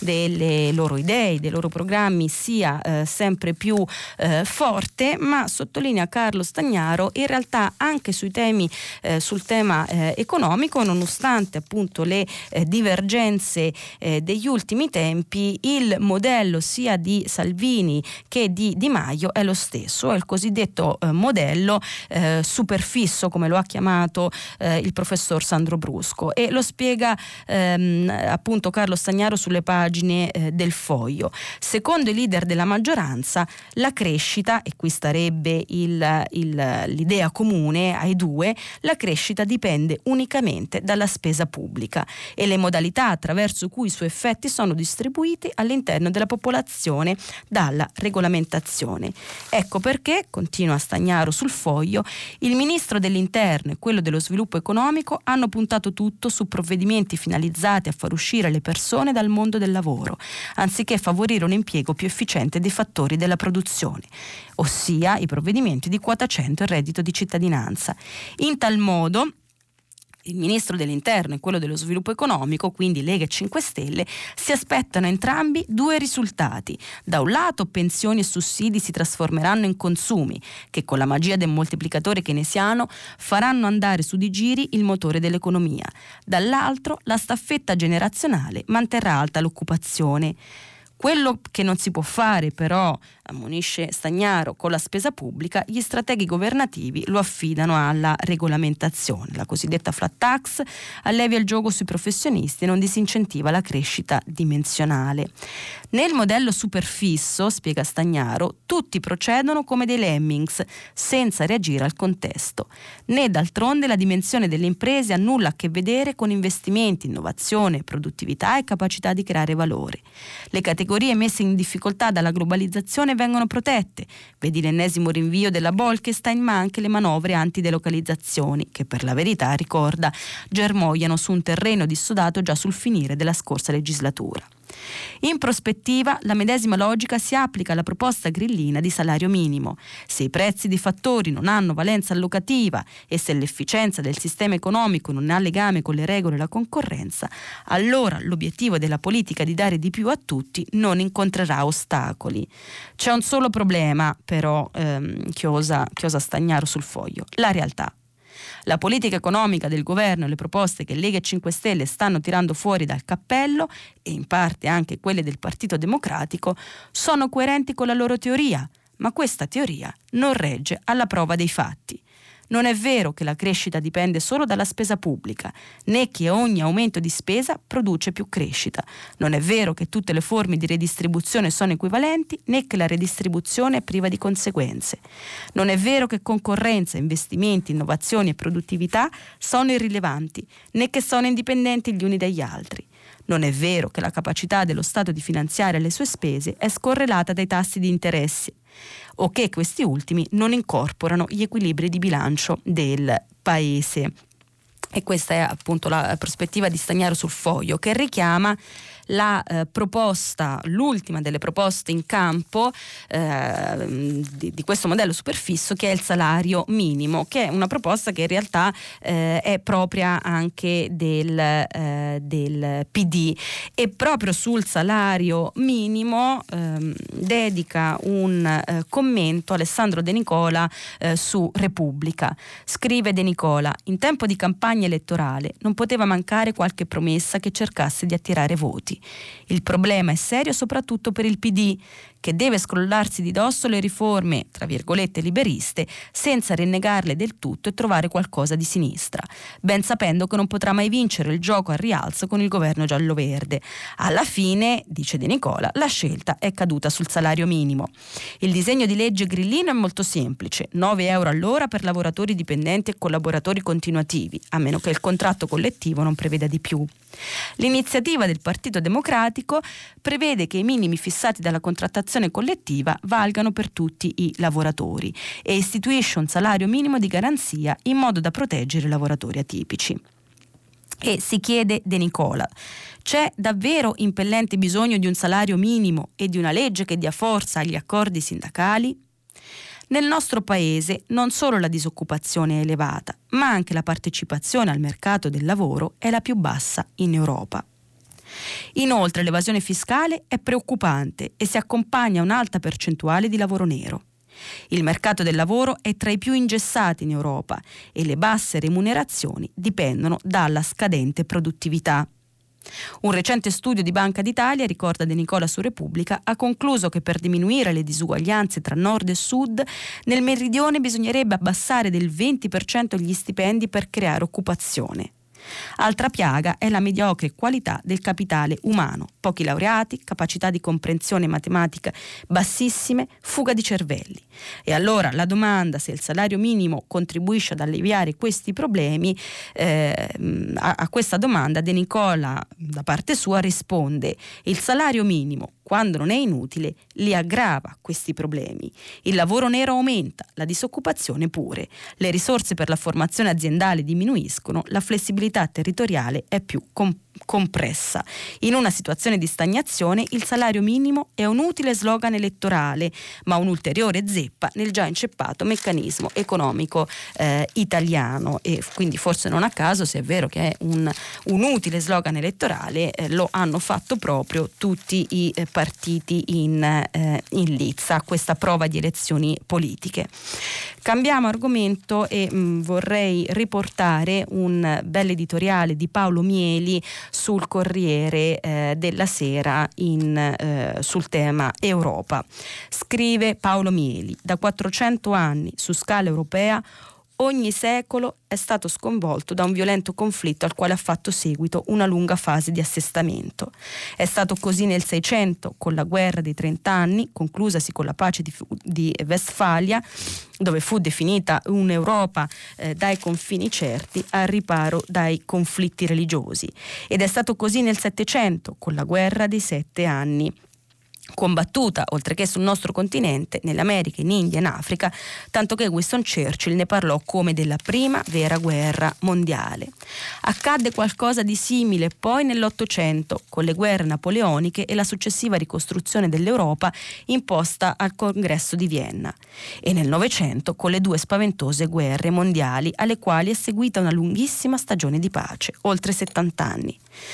S2: delle loro idee, dei loro programmi sia eh, sempre più eh, forte, ma sottolinea Carlo Stagnaro, in realtà anche sui temi, eh, sul tema eh, economico, nonostante appunto le eh, divergenze eh, degli ultimi tempi, il modello sia di Salvini che di Di Maio è lo stesso, è il cosiddetto eh, modello eh, superfisso, come lo ha chiamato eh, il professor Sandro Brusco, e lo spiega ehm, appunto Carlo Stagnaro sulle pagine eh, del Foglio. Secondo i leader della maggioranza la crescita, e qui starebbe il, il, l'idea comune ai due, la crescita dipende unicamente dalla spesa pubblica e le modalità attraverso cui i suoi effetti sono distribuiti all'interno della popolazione dalla regolamentazione. Ecco perché, continua Stagnaro sul Foglio, il ministro dell'Interno e quello dello sviluppo economico hanno puntato tutto su provvedimenti finalizzati a far uscire le persone dal mondo del lavoro, anziché favorire un impiego più efficiente dei fattori della produzione, ossia i provvedimenti di quota cento e reddito di cittadinanza. In tal modo il ministro dell'Interno e quello dello sviluppo economico, quindi Lega e cinque Stelle, si aspettano entrambi due risultati. Da un lato pensioni e sussidi si trasformeranno in consumi, che con la magia del moltiplicatore keynesiano faranno andare su di giri il motore dell'economia. Dall'altro la staffetta generazionale manterrà alta l'occupazione. Quello che non si può fare però, ammonisce Stagnaro, con la spesa pubblica, gli strateghi governativi lo affidano alla regolamentazione. La cosiddetta flat tax allevia il gioco sui professionisti e non disincentiva la crescita dimensionale. Nel modello superfisso, spiega Stagnaro, tutti procedono come dei lemmings, senza reagire al contesto. Né d'altronde la dimensione delle imprese ha nulla a che vedere con investimenti, innovazione, produttività e capacità di creare valore. Le categorie messe in difficoltà dalla globalizzazione vengono protette. Vedi l'ennesimo rinvio della Bolkestein, ma anche le manovre antidelocalizzazioni, che per la verità, ricorda, germogliano su un terreno dissodato già sul finire della scorsa legislatura. In prospettiva, la medesima logica si applica alla proposta grillina di salario minimo. Se i prezzi dei fattori non hanno valenza allocativa e se l'efficienza del sistema economico non ha legame con le regole e la concorrenza, allora l'obiettivo della politica di dare di più a tutti non incontrerà ostacoli. C'è un solo problema, però, ehm, chiosa, chiosa Stagnaro sul Foglio: la realtà. La politica economica del governo e le proposte che Lega e cinque Stelle stanno tirando fuori dal cappello, e in parte anche quelle del Partito Democratico, sono coerenti con la loro teoria, ma questa teoria non regge alla prova dei fatti. Non è vero che la crescita dipende solo dalla spesa pubblica, né che ogni aumento di spesa produce più crescita. Non è vero che tutte le forme di redistribuzione sono equivalenti, né che la redistribuzione è priva di conseguenze. Non è vero che concorrenza, investimenti, innovazioni e produttività sono irrilevanti, né che sono indipendenti gli uni dagli altri. Non è vero che la capacità dello Stato di finanziare le sue spese è scorrelata dai tassi di interesse, o che questi ultimi non incorporano gli equilibri di bilancio del Paese. E questa è appunto la prospettiva di Stagnaro sul Foglio, che richiama la eh, proposta, l'ultima delle proposte in campo eh, di, di questo modello superfisso, che è il salario minimo, che è una proposta che in realtà eh, è propria anche del, eh, del P D, e proprio sul salario minimo eh, dedica un eh, commento Alessandro De Nicola eh, su Repubblica. Scrive De Nicola: in tempo di campagna elettorale non poteva mancare qualche promessa che cercasse di attirare voti. Il problema è serio soprattutto per il P D, che deve scrollarsi di dosso le riforme, tra virgolette, liberiste, senza rinnegarle del tutto e trovare qualcosa di sinistra, ben sapendo che non potrà mai vincere il gioco al rialzo con il governo giallo-verde. Alla fine, dice De Nicola, la scelta è caduta sul salario minimo. Il disegno di legge grillino è molto semplice: nove euro all'ora per lavoratori dipendenti e collaboratori continuativi, a meno che il contratto collettivo non preveda di più. L'iniziativa del Partito Democratico prevede che i minimi fissati dalla contrattazione collettiva valgano per tutti i lavoratori e istituisce un salario minimo di garanzia in modo da proteggere i lavoratori atipici. E si chiede De Nicola: c'è davvero impellente bisogno di un salario minimo e di una legge che dia forza agli accordi sindacali? Nel nostro paese non solo la disoccupazione è elevata, ma anche la partecipazione al mercato del lavoro è la più bassa in Europa. Inoltre l'evasione fiscale è preoccupante e si accompagna a un'alta percentuale di lavoro nero. Il mercato del lavoro è tra i più ingessati in Europa e le basse remunerazioni dipendono dalla scadente produttività. Un recente studio di Banca d'Italia, ricorda De Nicola su Repubblica, ha concluso che per diminuire le disuguaglianze tra nord e sud, nel meridione bisognerebbe abbassare del venti per cento gli stipendi per creare occupazione. Altra piaga è la mediocre qualità del capitale umano: pochi laureati, capacità di comprensione matematica bassissime, fuga di cervelli. E allora la domanda se il salario minimo contribuisce ad alleviare questi problemi, eh, a, a questa domanda De Nicola da parte sua risponde: il salario minimo, quando non è inutile, li aggrava questi problemi. Il lavoro nero aumenta, la disoccupazione pure, le risorse per la formazione aziendale diminuiscono, la flessibilità territoriale è più complessa. compressa. In una situazione di stagnazione il salario minimo è un utile slogan elettorale, ma un'ulteriore zeppa nel già inceppato meccanismo economico eh, italiano, e quindi forse non a caso, se è vero che è un, un utile slogan elettorale, eh, lo hanno fatto proprio tutti i eh, partiti in, eh, in lizza a questa prova di elezioni politiche. Cambiamo argomento e mh, vorrei riportare un bel editoriale di Paolo Mieli sul Corriere eh, della Sera in, eh, sul tema Europa. Scrive Paolo Mieli: da quattrocento anni su scala europea ogni secolo è stato sconvolto da un violento conflitto al quale ha fatto seguito una lunga fase di assestamento. È stato così nel Seicento, con la guerra dei trent'anni, conclusasi con la pace di, di Westfalia, dove fu definita un'Europa eh, dai confini certi al riparo dai conflitti religiosi. Ed è stato così nel Settecento, con la guerra dei sette anni, combattuta oltre che sul nostro continente, nell'America, in India, in Africa, tanto che Winston Churchill ne parlò come della prima vera guerra mondiale. Accadde qualcosa di simile poi nell'Ottocento, con le guerre napoleoniche e la successiva ricostruzione dell'Europa imposta al Congresso di Vienna, e nel Novecento con le due spaventose guerre mondiali alle quali è seguita una lunghissima stagione di pace, oltre settanta anni.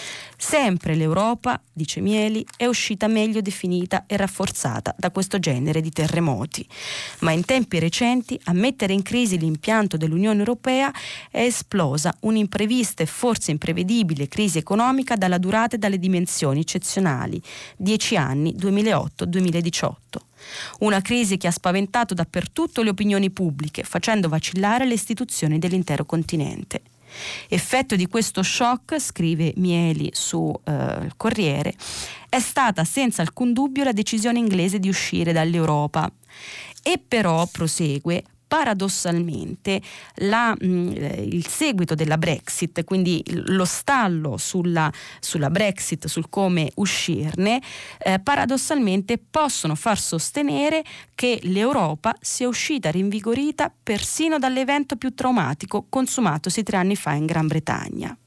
S2: Sempre l'Europa, dice Mieli, è uscita meglio definita e rafforzata da questo genere di terremoti, ma in tempi recenti a mettere in crisi l'impianto dell'Unione Europea è esplosa un'imprevista e forse imprevedibile crisi economica dalla durata e dalle dimensioni eccezionali, dieci anni, duemilaotto duemiladiciotto. Una crisi che ha spaventato dappertutto le opinioni pubbliche, facendo vacillare le istituzioni dell'intero continente. Effetto di questo shock, scrive Mieli su eh, Corriere, è stata senza alcun dubbio la decisione inglese di uscire dall'Europa. E però, prosegue, paradossalmente la, mh, il seguito della Brexit, quindi lo stallo sulla, sulla Brexit, sul come uscirne, eh, paradossalmente possono far sostenere che l'Europa sia uscita rinvigorita persino dall'evento più traumatico consumatosi tre anni fa in Gran Bretagna.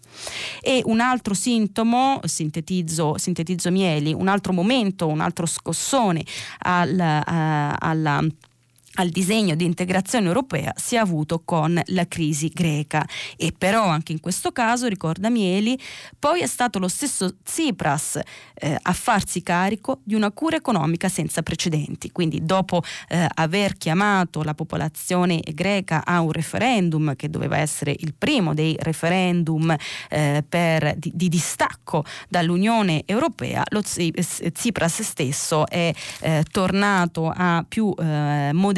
S2: E un altro sintomo, sintetizzo, sintetizzo Mieli, un altro momento, un altro scossone al, uh, alla al disegno di integrazione europea si è avuto con la crisi greca, e però anche in questo caso, ricorda Mieli, poi è stato lo stesso Tsipras eh, a farsi carico di una cura economica senza precedenti. Quindi dopo eh, aver chiamato la popolazione greca a un referendum che doveva essere il primo dei referendum eh, per, di, di distacco dall'Unione Europea, lo Tsipras stesso è eh, tornato a più eh, moderati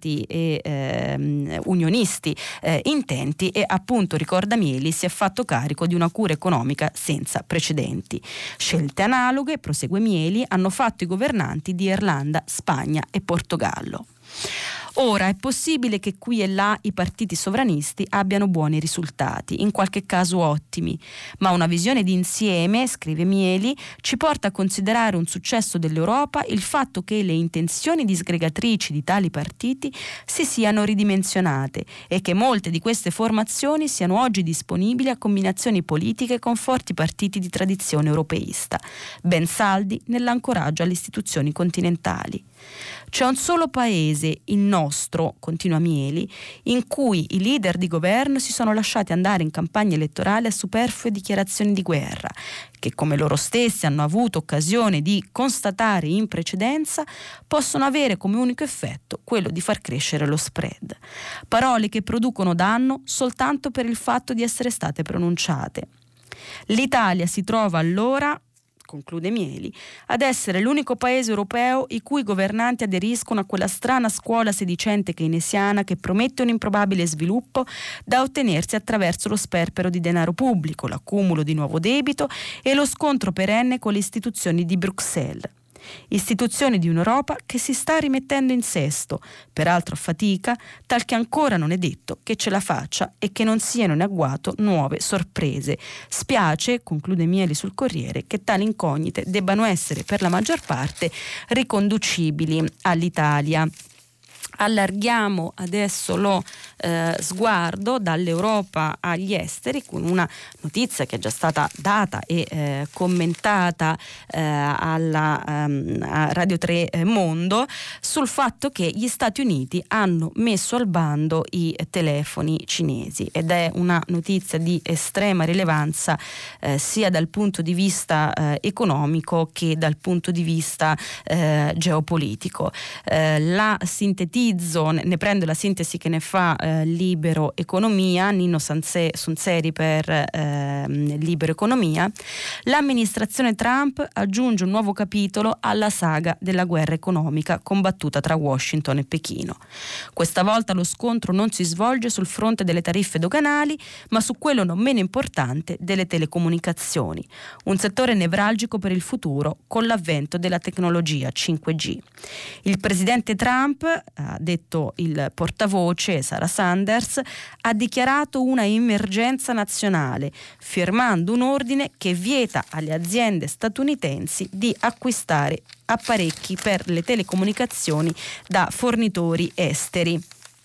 S2: e eh, unionisti eh, intenti, e appunto, ricorda Mieli, si è fatto carico di una cura economica senza precedenti. Scelte analoghe, prosegue Mieli, hanno fatto i governanti di Irlanda, Spagna e Portogallo. Ora, è possibile che qui e là i partiti sovranisti abbiano buoni risultati, in qualche caso ottimi, ma una visione d'insieme, scrive Mieli, ci porta a considerare un successo dell'Europa il fatto che le intenzioni disgregatrici di tali partiti si siano ridimensionate e che molte di queste formazioni siano oggi disponibili a combinazioni politiche con forti partiti di tradizione europeista, ben saldi nell'ancoraggio alle istituzioni continentali. C'è un solo paese, il nostro, continua Mieli, in cui i leader di governo si sono lasciati andare in campagna elettorale a superflue dichiarazioni di guerra, che, come loro stessi hanno avuto occasione di constatare in precedenza, possono avere come unico effetto quello di far crescere lo spread. Parole che producono danno soltanto per il fatto di essere state pronunciate. L'Italia si trova allora, conclude Mieli, ad essere l'unico paese europeo i cui governanti aderiscono a quella strana scuola sedicente keynesiana che promette un improbabile sviluppo da ottenersi attraverso lo sperpero di denaro pubblico, l'accumulo di nuovo debito e lo scontro perenne con le istituzioni di Bruxelles. Istituzioni di un'Europa che si sta rimettendo in sesto, peraltro a fatica, tal che ancora non è detto che ce la faccia e che non siano in agguato nuove sorprese. Spiace, conclude Mieli sul Corriere, che tali incognite debbano essere per la maggior parte riconducibili all'Italia. Allarghiamo adesso lo eh, sguardo dall'Europa agli esteri con una notizia che è già stata data e eh, commentata eh, alla um, a Radio tre Mondo sul fatto che gli Stati Uniti hanno messo al bando i telefoni cinesi, ed è una notizia di estrema rilevanza eh, sia dal punto di vista eh, economico che dal punto di vista eh, geopolitico. Eh, la sintetizzazione ne prendo la sintesi che ne fa eh, Libero Economia, Nino Sanse, Sunseri per eh, Libero Economia. L'amministrazione Trump aggiunge un nuovo capitolo alla saga della guerra economica combattuta tra Washington e Pechino. Questa volta lo scontro non si svolge sul fronte delle tariffe doganali, ma su quello non meno importante delle telecomunicazioni, un settore nevralgico per il futuro con l'avvento della tecnologia cinque G. Il presidente Trump, ha detto il portavoce Sarah Sanders, ha dichiarato una emergenza nazionale, firmando un ordine che vieta alle aziende statunitensi di acquistare apparecchi per le telecomunicazioni da fornitori esteri.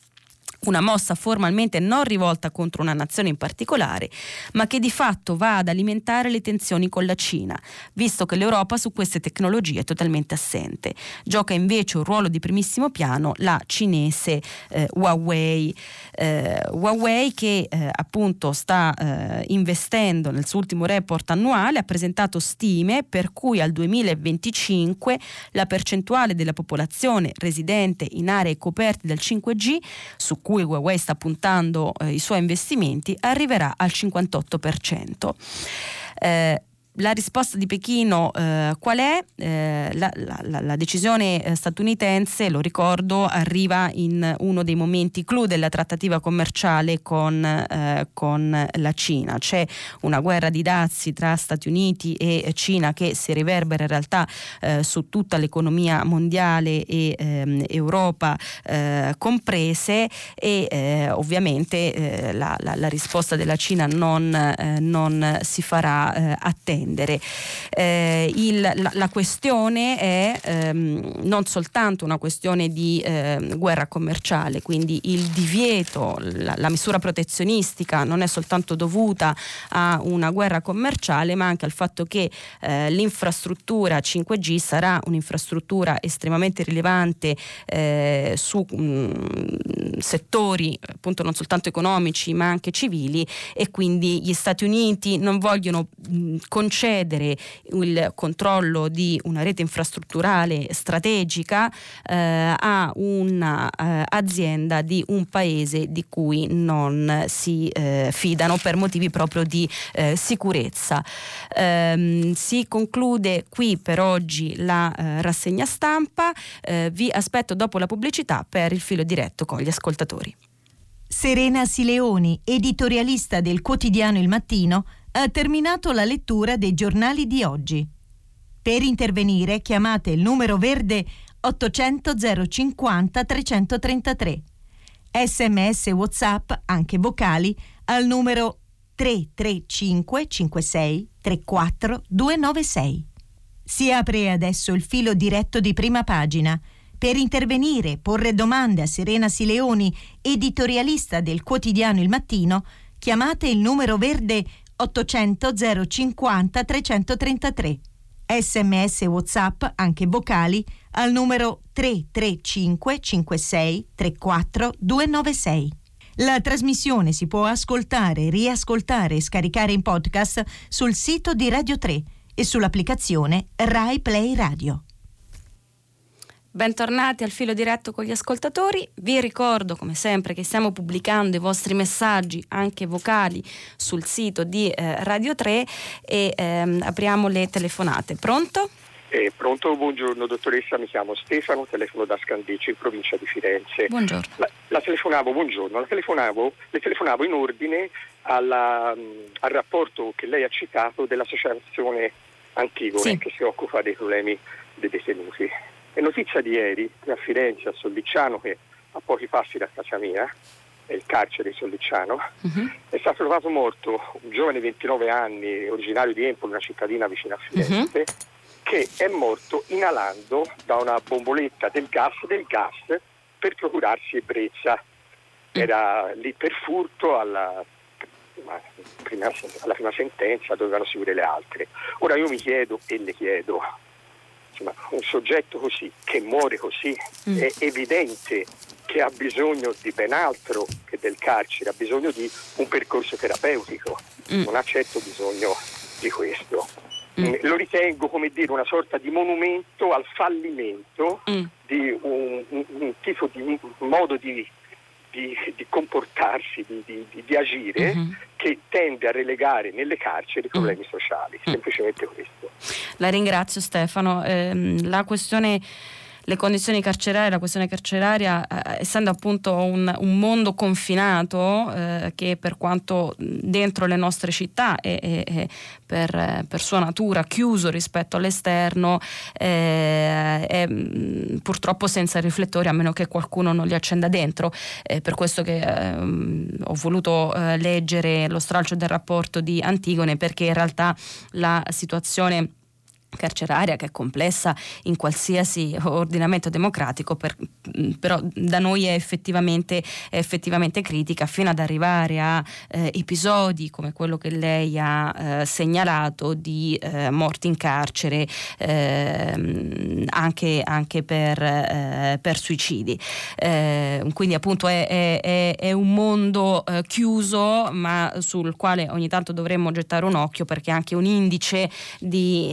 S2: Una mossa formalmente non rivolta contro una nazione in particolare, ma che di fatto va ad alimentare le tensioni con la Cina, visto che l'Europa su queste tecnologie è totalmente assente. Gioca invece un ruolo di primissimo piano la cinese eh, Huawei. Eh, Huawei che eh, appunto sta eh, investendo nel suo ultimo report annuale, ha presentato stime per cui al duemilaventicinque la percentuale della popolazione residente in aree coperte dal cinque G, su cui cui Huawei sta puntando eh, i suoi investimenti, arriverà al cinquantotto per cento. Eh, La risposta di Pechino eh, qual è? Eh, la, la, la decisione statunitense, lo ricordo, arriva in uno dei momenti clou della trattativa commerciale con, eh, con la Cina. C'è una guerra di dazi tra Stati Uniti e Cina che si riverbera in realtà eh, su tutta l'economia mondiale e ehm, Europa eh, comprese, e eh, ovviamente eh, la, la, la risposta della Cina non, eh, non si farà eh, attendere. Eh, il, la, la questione è ehm, non soltanto una questione di eh, guerra commerciale, quindi il divieto, la, la misura protezionistica non è soltanto dovuta a una guerra commerciale, ma anche al fatto che eh, l'infrastruttura cinque G sarà un'infrastruttura estremamente rilevante eh, su mh, settori appunto non soltanto economici ma anche civili, e quindi gli Stati Uniti non vogliono mh, concedere il controllo di una rete infrastrutturale strategica eh, a un'azienda eh, di un paese di cui non si eh, fidano per motivi proprio di eh, sicurezza. Ehm, si conclude qui per oggi la eh, rassegna stampa. Eh, vi aspetto dopo la pubblicità per il filo diretto con gli ascoltatori.
S1: Serena Sileoni, editorialista del quotidiano Il Mattino, ha terminato la lettura dei giornali di oggi. Per intervenire chiamate il numero verde ottocento zero cinquanta trecentotrentatré. Sms WhatsApp, anche vocali, al numero tre tre cinque cinque sei tre quattro due nove sei. Si apre adesso il filo diretto di Prima Pagina. Per intervenire, porre domande a Serena Sileoni, editorialista del quotidiano Il Mattino, chiamate il numero verde ottocento zero cinquanta trecentotrentatré. Sms WhatsApp, anche vocali, al numero tre tre cinque cinque sei tre quattro due nove sei. La trasmissione si può ascoltare, riascoltare e scaricare in podcast sul sito di Radio tre e sull'applicazione Rai Play Radio.
S2: Bentornati al filo diretto con gli ascoltatori. Vi ricordo come sempre che stiamo pubblicando i vostri messaggi anche vocali sul sito di eh, Radio tre e ehm, apriamo le telefonate. Pronto?
S3: Eh, pronto, buongiorno dottoressa, mi chiamo Stefano, telefono da Scandicci in provincia di Firenze.
S2: Buongiorno.
S3: La, la telefonavo, buongiorno, la telefonavo, le telefonavo in ordine alla, al rapporto che lei ha citato dell'associazione Antigone, sì, che si occupa dei problemi dei detenuti. È notizia di ieri a Firenze, a Sollicciano, che a pochi passi da casa mia, è il carcere di Sollicciano, uh-huh. è stato trovato morto un giovane di ventinove anni, originario di Empoli, una cittadina vicina a Firenze, uh-huh. che è morto inalando da una bomboletta del gas, del gas per procurarsi ebbrezza. Era lì per furto alla prima, alla prima sentenza, dovevano seguire le altre. Ora io mi chiedo e le chiedo, insomma, un soggetto così, che muore così, mm. è evidente che ha bisogno di ben altro che del carcere, ha bisogno di un percorso terapeutico, mm. non ha certo bisogno di questo. Mm. Lo ritengo, come dire, una sorta di monumento al fallimento mm. di un, un, un tipo di un modo di, di, di comportarsi, di, di, di agire, mm-hmm. che tende a relegare nelle carceri i problemi mm. sociali, semplicemente questo.
S2: La ringrazio Stefano. Eh, la questione, le condizioni carcerarie, la questione carceraria, eh, essendo appunto un, un mondo confinato eh, che per quanto dentro le nostre città è, è, è per, per sua natura chiuso rispetto all'esterno, eh, è purtroppo senza riflettori, a meno che qualcuno non li accenda dentro. È per questo che eh, ho voluto eh, leggere lo stralcio del rapporto di Antigone, perché in realtà la situazione carceraria, che è complessa in qualsiasi ordinamento democratico, per, però da noi è effettivamente, è effettivamente critica, fino ad arrivare a eh, episodi come quello che lei ha eh, segnalato di eh, morti in carcere, eh, anche, anche per, eh, per suicidi. Eh, quindi appunto è, è, è un mondo eh, chiuso, ma sul quale ogni tanto dovremmo gettare un occhio, perché è anche un indice di eh,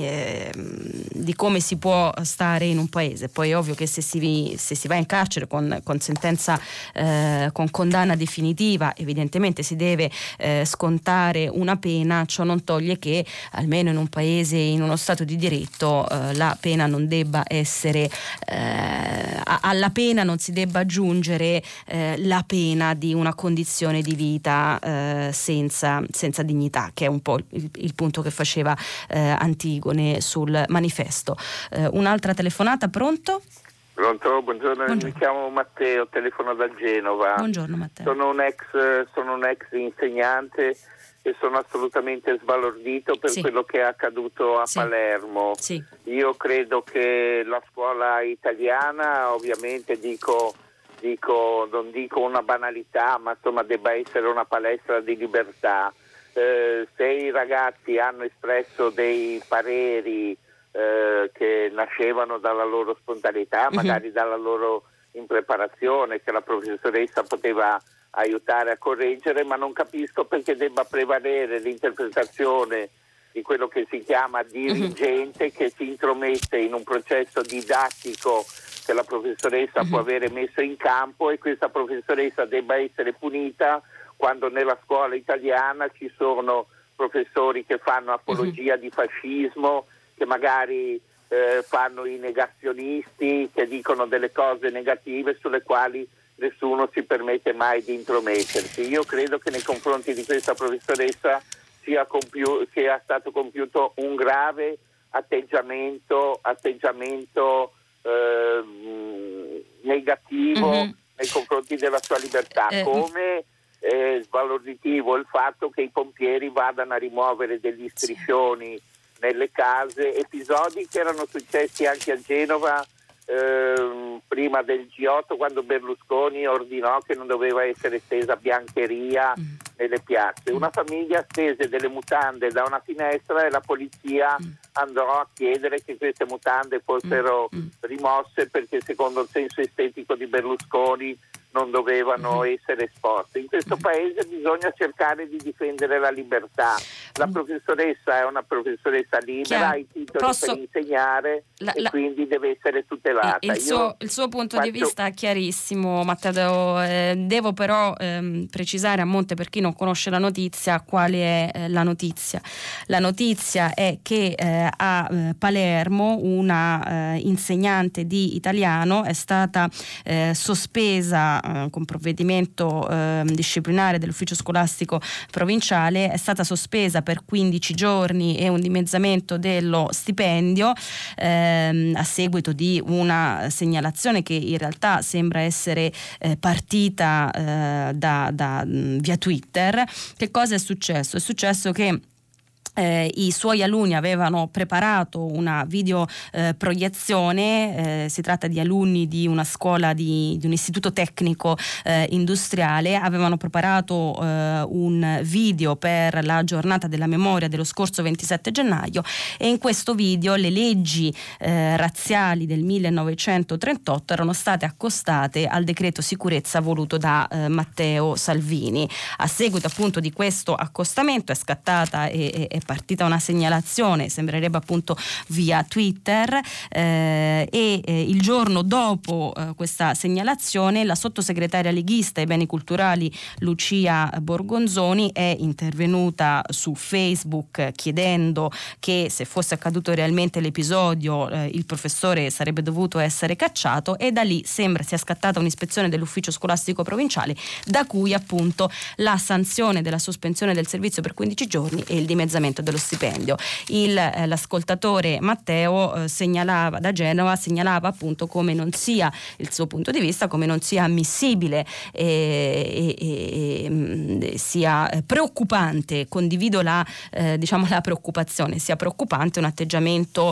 S2: eh, di come si può stare in un paese. Poi è ovvio che se si, se si va in carcere con, con sentenza, eh, con condanna definitiva, evidentemente si deve eh, scontare una pena. Ciò non toglie che almeno in un paese, in uno stato di diritto, eh, la pena non debba essere eh, alla pena non si debba aggiungere eh, la pena di una condizione di vita eh, senza, senza dignità, che è un po' il, il punto che faceva eh, Antigone sul manifesto. Eh, un'altra telefonata, pronto?
S4: Pronto, buongiorno. buongiorno, mi chiamo Matteo, telefono da Genova.
S2: Buongiorno Matteo.
S4: Sono un ex, sono un ex insegnante e sono assolutamente sbalordito per sì. quello che è accaduto a sì. Palermo.
S2: Sì.
S4: Io credo che la scuola italiana, ovviamente dico, dico, non dico una banalità, ma insomma debba essere una palestra di libertà. Eh, se i ragazzi hanno espresso dei pareri eh, che nascevano dalla loro spontaneità, mm-hmm. magari dalla loro impreparazione, che la professoressa poteva aiutare a correggere, ma non capisco perché debba prevalere l'interpretazione di quello che si chiama dirigente, uh-huh. che si intromette in un processo didattico che la professoressa uh-huh. può avere messo in campo, e questa professoressa debba essere punita quando nella scuola italiana ci sono professori che fanno apologia uh-huh. di fascismo, che magari eh, fanno i negazionisti, che dicono delle cose negative sulle quali nessuno si permette mai di intromettersi. Io credo che nei confronti di questa professoressa sia, compiu- sia stato compiuto un grave atteggiamento, atteggiamento eh, negativo mm-hmm. nei confronti della sua libertà, eh, come è sbalorditivo il fatto che i pompieri vadano a rimuovere degli striscioni sì. nelle case, episodi che erano successi anche a Genova Eh, prima del G otto, quando Berlusconi ordinò che non doveva essere stesa biancheria mm. nelle piazze. Una famiglia stese delle mutande da una finestra e la polizia mm. andò a chiedere che queste mutande fossero mm. rimosse, perché secondo il senso estetico di Berlusconi non dovevano mm. essere esposte. In questo mm. paese bisogna cercare di difendere la libertà. La professoressa è una professoressa libera, ha i titoli Posso... per insegnare la, la... e quindi deve essere tutelata.
S2: Il, il, suo, il suo punto faccio... di vista è chiarissimo, Matteo. Eh, devo però ehm, precisare a monte, per chi non conosce la notizia, quale è eh, la notizia. La notizia è che eh, a eh, Palermo una eh, insegnante di italiano è stata eh, sospesa eh, con provvedimento eh, disciplinare dell'ufficio scolastico provinciale, è stata sospesa per quindici giorni e un dimezzamento dello stipendio ehm, a seguito di una segnalazione che in realtà sembra essere eh, partita eh, da, da via Twitter. Che cosa è successo? È successo che Eh, i suoi alunni avevano preparato una video eh, proiezione, eh, si tratta di alunni di una scuola di, di un istituto tecnico eh, industriale, avevano preparato eh, un video per la giornata della memoria dello scorso ventisette gennaio, e in questo video le leggi eh, razziali del millenovecentotrentotto erano state accostate al decreto sicurezza voluto da eh, Matteo Salvini. A seguito appunto di questo accostamento è scattata e, e partita una segnalazione, sembrerebbe appunto via Twitter, eh, e eh, il giorno dopo eh, questa segnalazione la sottosegretaria leghista ai beni culturali Lucia Borgonzoni è intervenuta su Facebook chiedendo che se fosse accaduto realmente l'episodio eh, il professore sarebbe dovuto essere cacciato, e da lì sembra sia scattata un'ispezione dell'ufficio scolastico provinciale, da cui appunto la sanzione della sospensione del servizio per quindici giorni e il dimezzamento dello stipendio. Il, eh, l'ascoltatore Matteo eh, segnalava da Genova, segnalava appunto come non sia, il suo punto di vista, come non sia ammissibile e, e, e sia preoccupante. Condivido la, eh, diciamo la preoccupazione, sia preoccupante un atteggiamento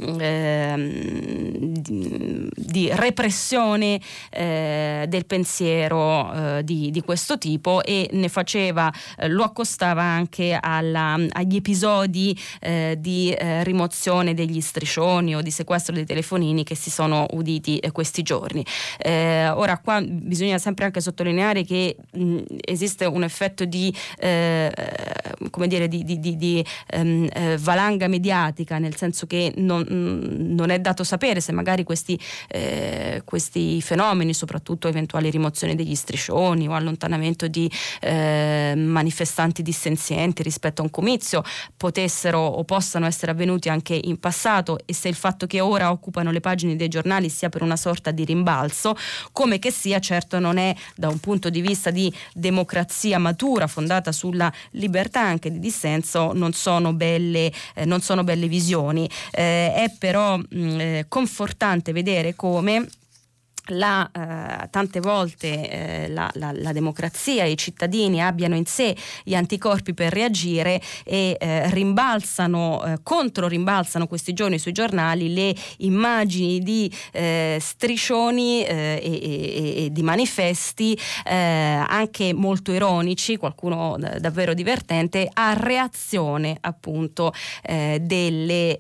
S2: eh, di, di repressione eh, del pensiero eh, di, di questo tipo, e ne faceva, eh, lo accostava anche alla, agli episodi episodi eh, di eh, rimozione degli striscioni o di sequestro dei telefonini che si sono uditi eh, questi giorni. Eh, ora qua bisogna sempre anche sottolineare che mh, esiste un effetto di eh, come dire di, di, di, di ehm, eh, valanga mediatica, nel senso che non, non è dato sapere se magari questi, eh, questi fenomeni, soprattutto eventuali rimozioni degli striscioni o allontanamento di eh, manifestanti dissenzienti rispetto a un comizio, potessero o possano essere avvenuti anche in passato, e se il fatto che ora occupano le pagine dei giornali sia per una sorta di rimbalzo. Come che sia, certo non è, da un punto di vista di democrazia matura fondata sulla libertà anche di dissenso, non sono belle, eh, non sono belle visioni. Eh, è però mh, eh, confortante vedere come La, eh, tante volte eh, la, la, la democrazia e i cittadini abbiano in sé gli anticorpi per reagire e eh, rimbalzano, eh, contro rimbalzano questi giorni sui giornali le immagini di eh, striscioni eh, e, e, e di manifesti eh, anche molto ironici, qualcuno d- davvero divertente, a reazione appunto eh, delle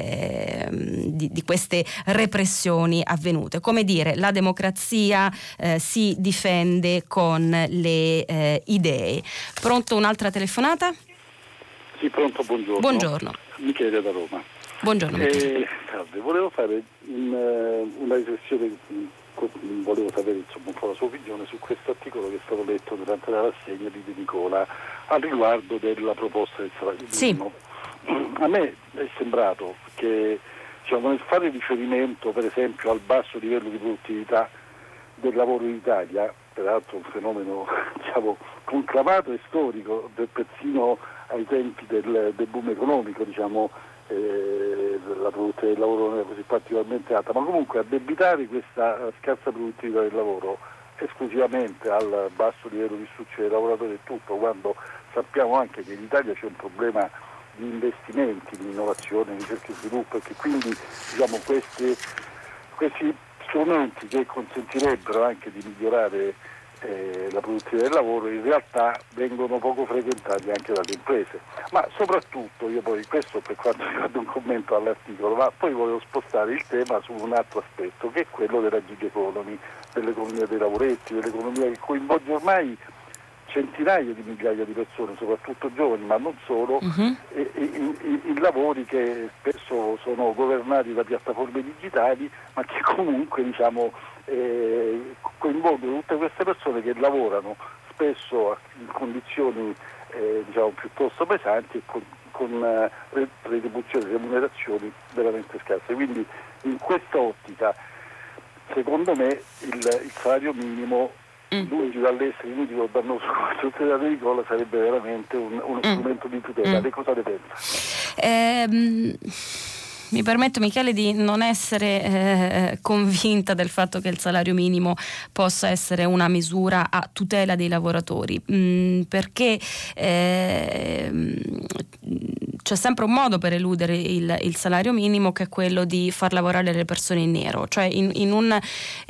S2: eh, di, di queste repressioni avvenute. Come dire, la democrazia eh, si difende con le eh, idee. Pronto, un'altra telefonata?
S5: Sì, pronto, buongiorno.
S2: Buongiorno.
S5: Michele da Roma.
S2: Buongiorno.
S5: Eh, salve, volevo fare un, una riflessione, volevo sapere insomma un po' la sua opinione su questo articolo che è stato letto durante la rassegna di De Nicola al riguardo della proposta del salario minimo. Sì. A me è sembrato che, diciamo, nel fare riferimento per esempio al basso livello di produttività del lavoro in Italia, peraltro un fenomeno diciamo conclamato e storico, del persino ai tempi del, del boom economico, diciamo, eh, la produttività del lavoro non era così particolarmente alta, ma comunque addebitare questa scarsa produttività del lavoro esclusivamente al basso livello di istruzione dei lavoratori e tutto, quando sappiamo anche che in Italia c'è un problema di investimenti, di innovazione, di ricerca e sviluppo, e che quindi diciamo, questi, questi strumenti che consentirebbero anche di migliorare eh, la produttività del lavoro in realtà vengono poco frequentati anche dalle imprese. Ma soprattutto, io poi questo per quanto riguarda un commento all'articolo, ma poi volevo spostare il tema su un altro aspetto, che è quello della gig economy, dell'economia dei lavoretti, dell'economia che coinvolge ormai centinaia di migliaia di persone, soprattutto giovani, ma non solo, uh-huh. e, e, in, in lavori che spesso sono governati da piattaforme digitali, ma che comunque diciamo, eh, coinvolgono tutte queste persone che lavorano spesso in condizioni eh, diciamo, piuttosto pesanti e con, con uh, retribuzioni, remunerazioni veramente scarse. Quindi in questa ottica, secondo me, il, il salario minimo, Mm. lungi dall'essere inutile o dannoso come di Nicola, sarebbe veramente un, uno mm. strumento di tutela. Mm. Lei cosa ne pensa?
S2: Ehm... Mi permetto, Michele, di non essere eh, convinta del fatto che il salario minimo possa essere una misura a tutela dei lavoratori, mm, perché eh, c'è sempre un modo per eludere il, il salario minimo, che è quello di far lavorare le persone in nero, cioè in, in, un,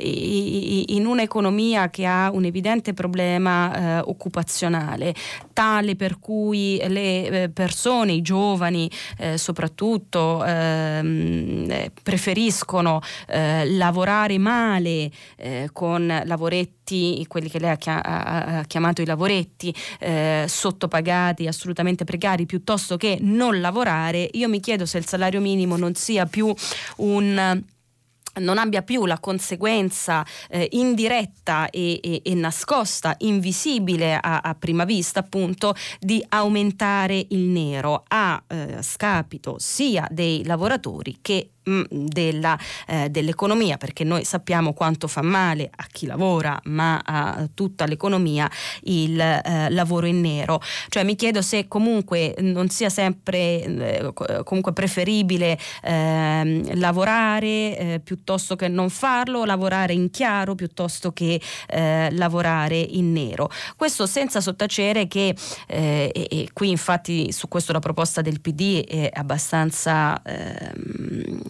S2: in un'economia che ha un evidente problema eh, occupazionale, tale per cui le persone, i giovani eh, soprattutto, eh, preferiscono eh, lavorare male eh, con lavoretti, quelli che lei ha, chia- ha chiamato i lavoretti, eh, sottopagati, assolutamente precari, piuttosto che non lavorare. Io mi chiedo se il salario minimo non sia più un non abbia più la conseguenza eh, indiretta e, e, e nascosta, invisibile a, a prima vista, appunto, di aumentare il nero a eh, scapito sia dei lavoratori che mh, della, eh, dell'economia, perché noi sappiamo quanto fa male a chi lavora, ma a tutta l'economia, il eh, lavoro in nero. Cioè mi chiedo se comunque non sia sempre eh, comunque preferibile eh, lavorare eh, piuttosto che non farlo, lavorare in chiaro piuttosto che eh, lavorare in nero. Questo senza sottacere che eh, e, e qui infatti su questo la proposta del P D è abbastanza ehm,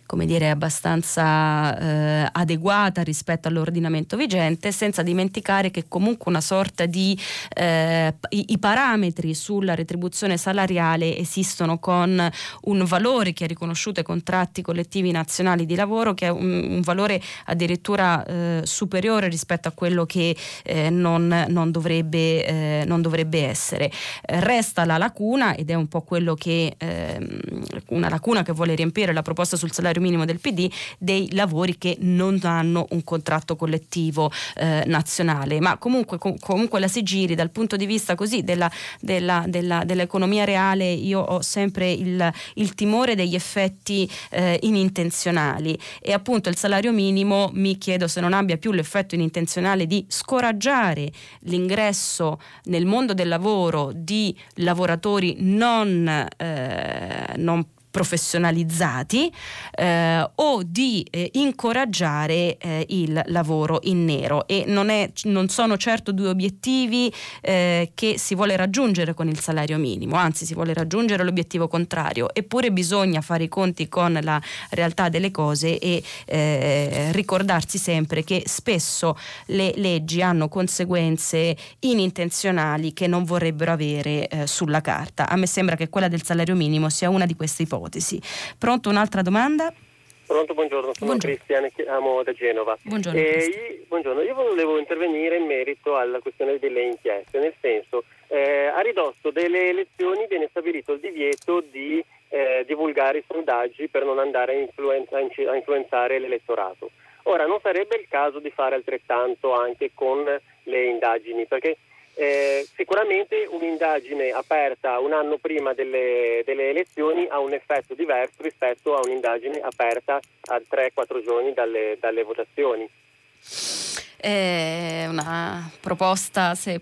S2: come dire, abbastanza eh, adeguata rispetto all'ordinamento vigente, senza dimenticare che comunque una sorta di eh, i, i parametri sulla retribuzione salariale esistono con un valore che è riconosciuto ai contratti collettivi nazionali di lavoro, che è un, un valore addirittura eh, superiore rispetto a quello che eh, non, non, dovrebbe, eh, non dovrebbe essere. Resta la lacuna, ed è un po' quello che eh, una lacuna che vuole riempire la proposta sul salario minimo del P D, dei lavori che non hanno un contratto collettivo eh, nazionale, ma comunque, com- comunque la si giri dal punto di vista così della, della, della, dell'economia reale, io ho sempre il, il timore degli effetti eh, inintenzionali, e appunto il salario minimo mi chiedo se non abbia più l'effetto inintenzionale di scoraggiare l'ingresso nel mondo del lavoro di lavoratori non, eh, non professionalizzati eh, o di eh, incoraggiare eh, il lavoro in nero, e non, è, non sono certo due obiettivi eh, che si vuole raggiungere con il salario minimo, anzi si vuole raggiungere l'obiettivo contrario. Eppure bisogna fare i conti con la realtà delle cose e eh, ricordarsi sempre che spesso le leggi hanno conseguenze inintenzionali che non vorrebbero avere eh, sulla carta. A me sembra che quella del salario minimo sia una di queste ipotesi. Pronto, un'altra domanda?
S6: Pronto, buongiorno, sono
S2: buongiorno.
S6: Cristian, chiamo da Genova.
S2: Buongiorno.
S6: Eh, io, buongiorno, io volevo intervenire in merito alla questione delle inchieste, nel senso, eh, a ridosso delle elezioni viene stabilito il divieto di eh, divulgare i sondaggi per non andare a, influenza, a influenzare l'elettorato. Ora, non sarebbe il caso di fare altrettanto anche con le indagini, perché Eh, sicuramente un'indagine aperta un anno prima delle, delle elezioni ha un effetto diverso rispetto a un'indagine aperta a tre quattro giorni dalle, dalle votazioni.
S2: È una proposta, se,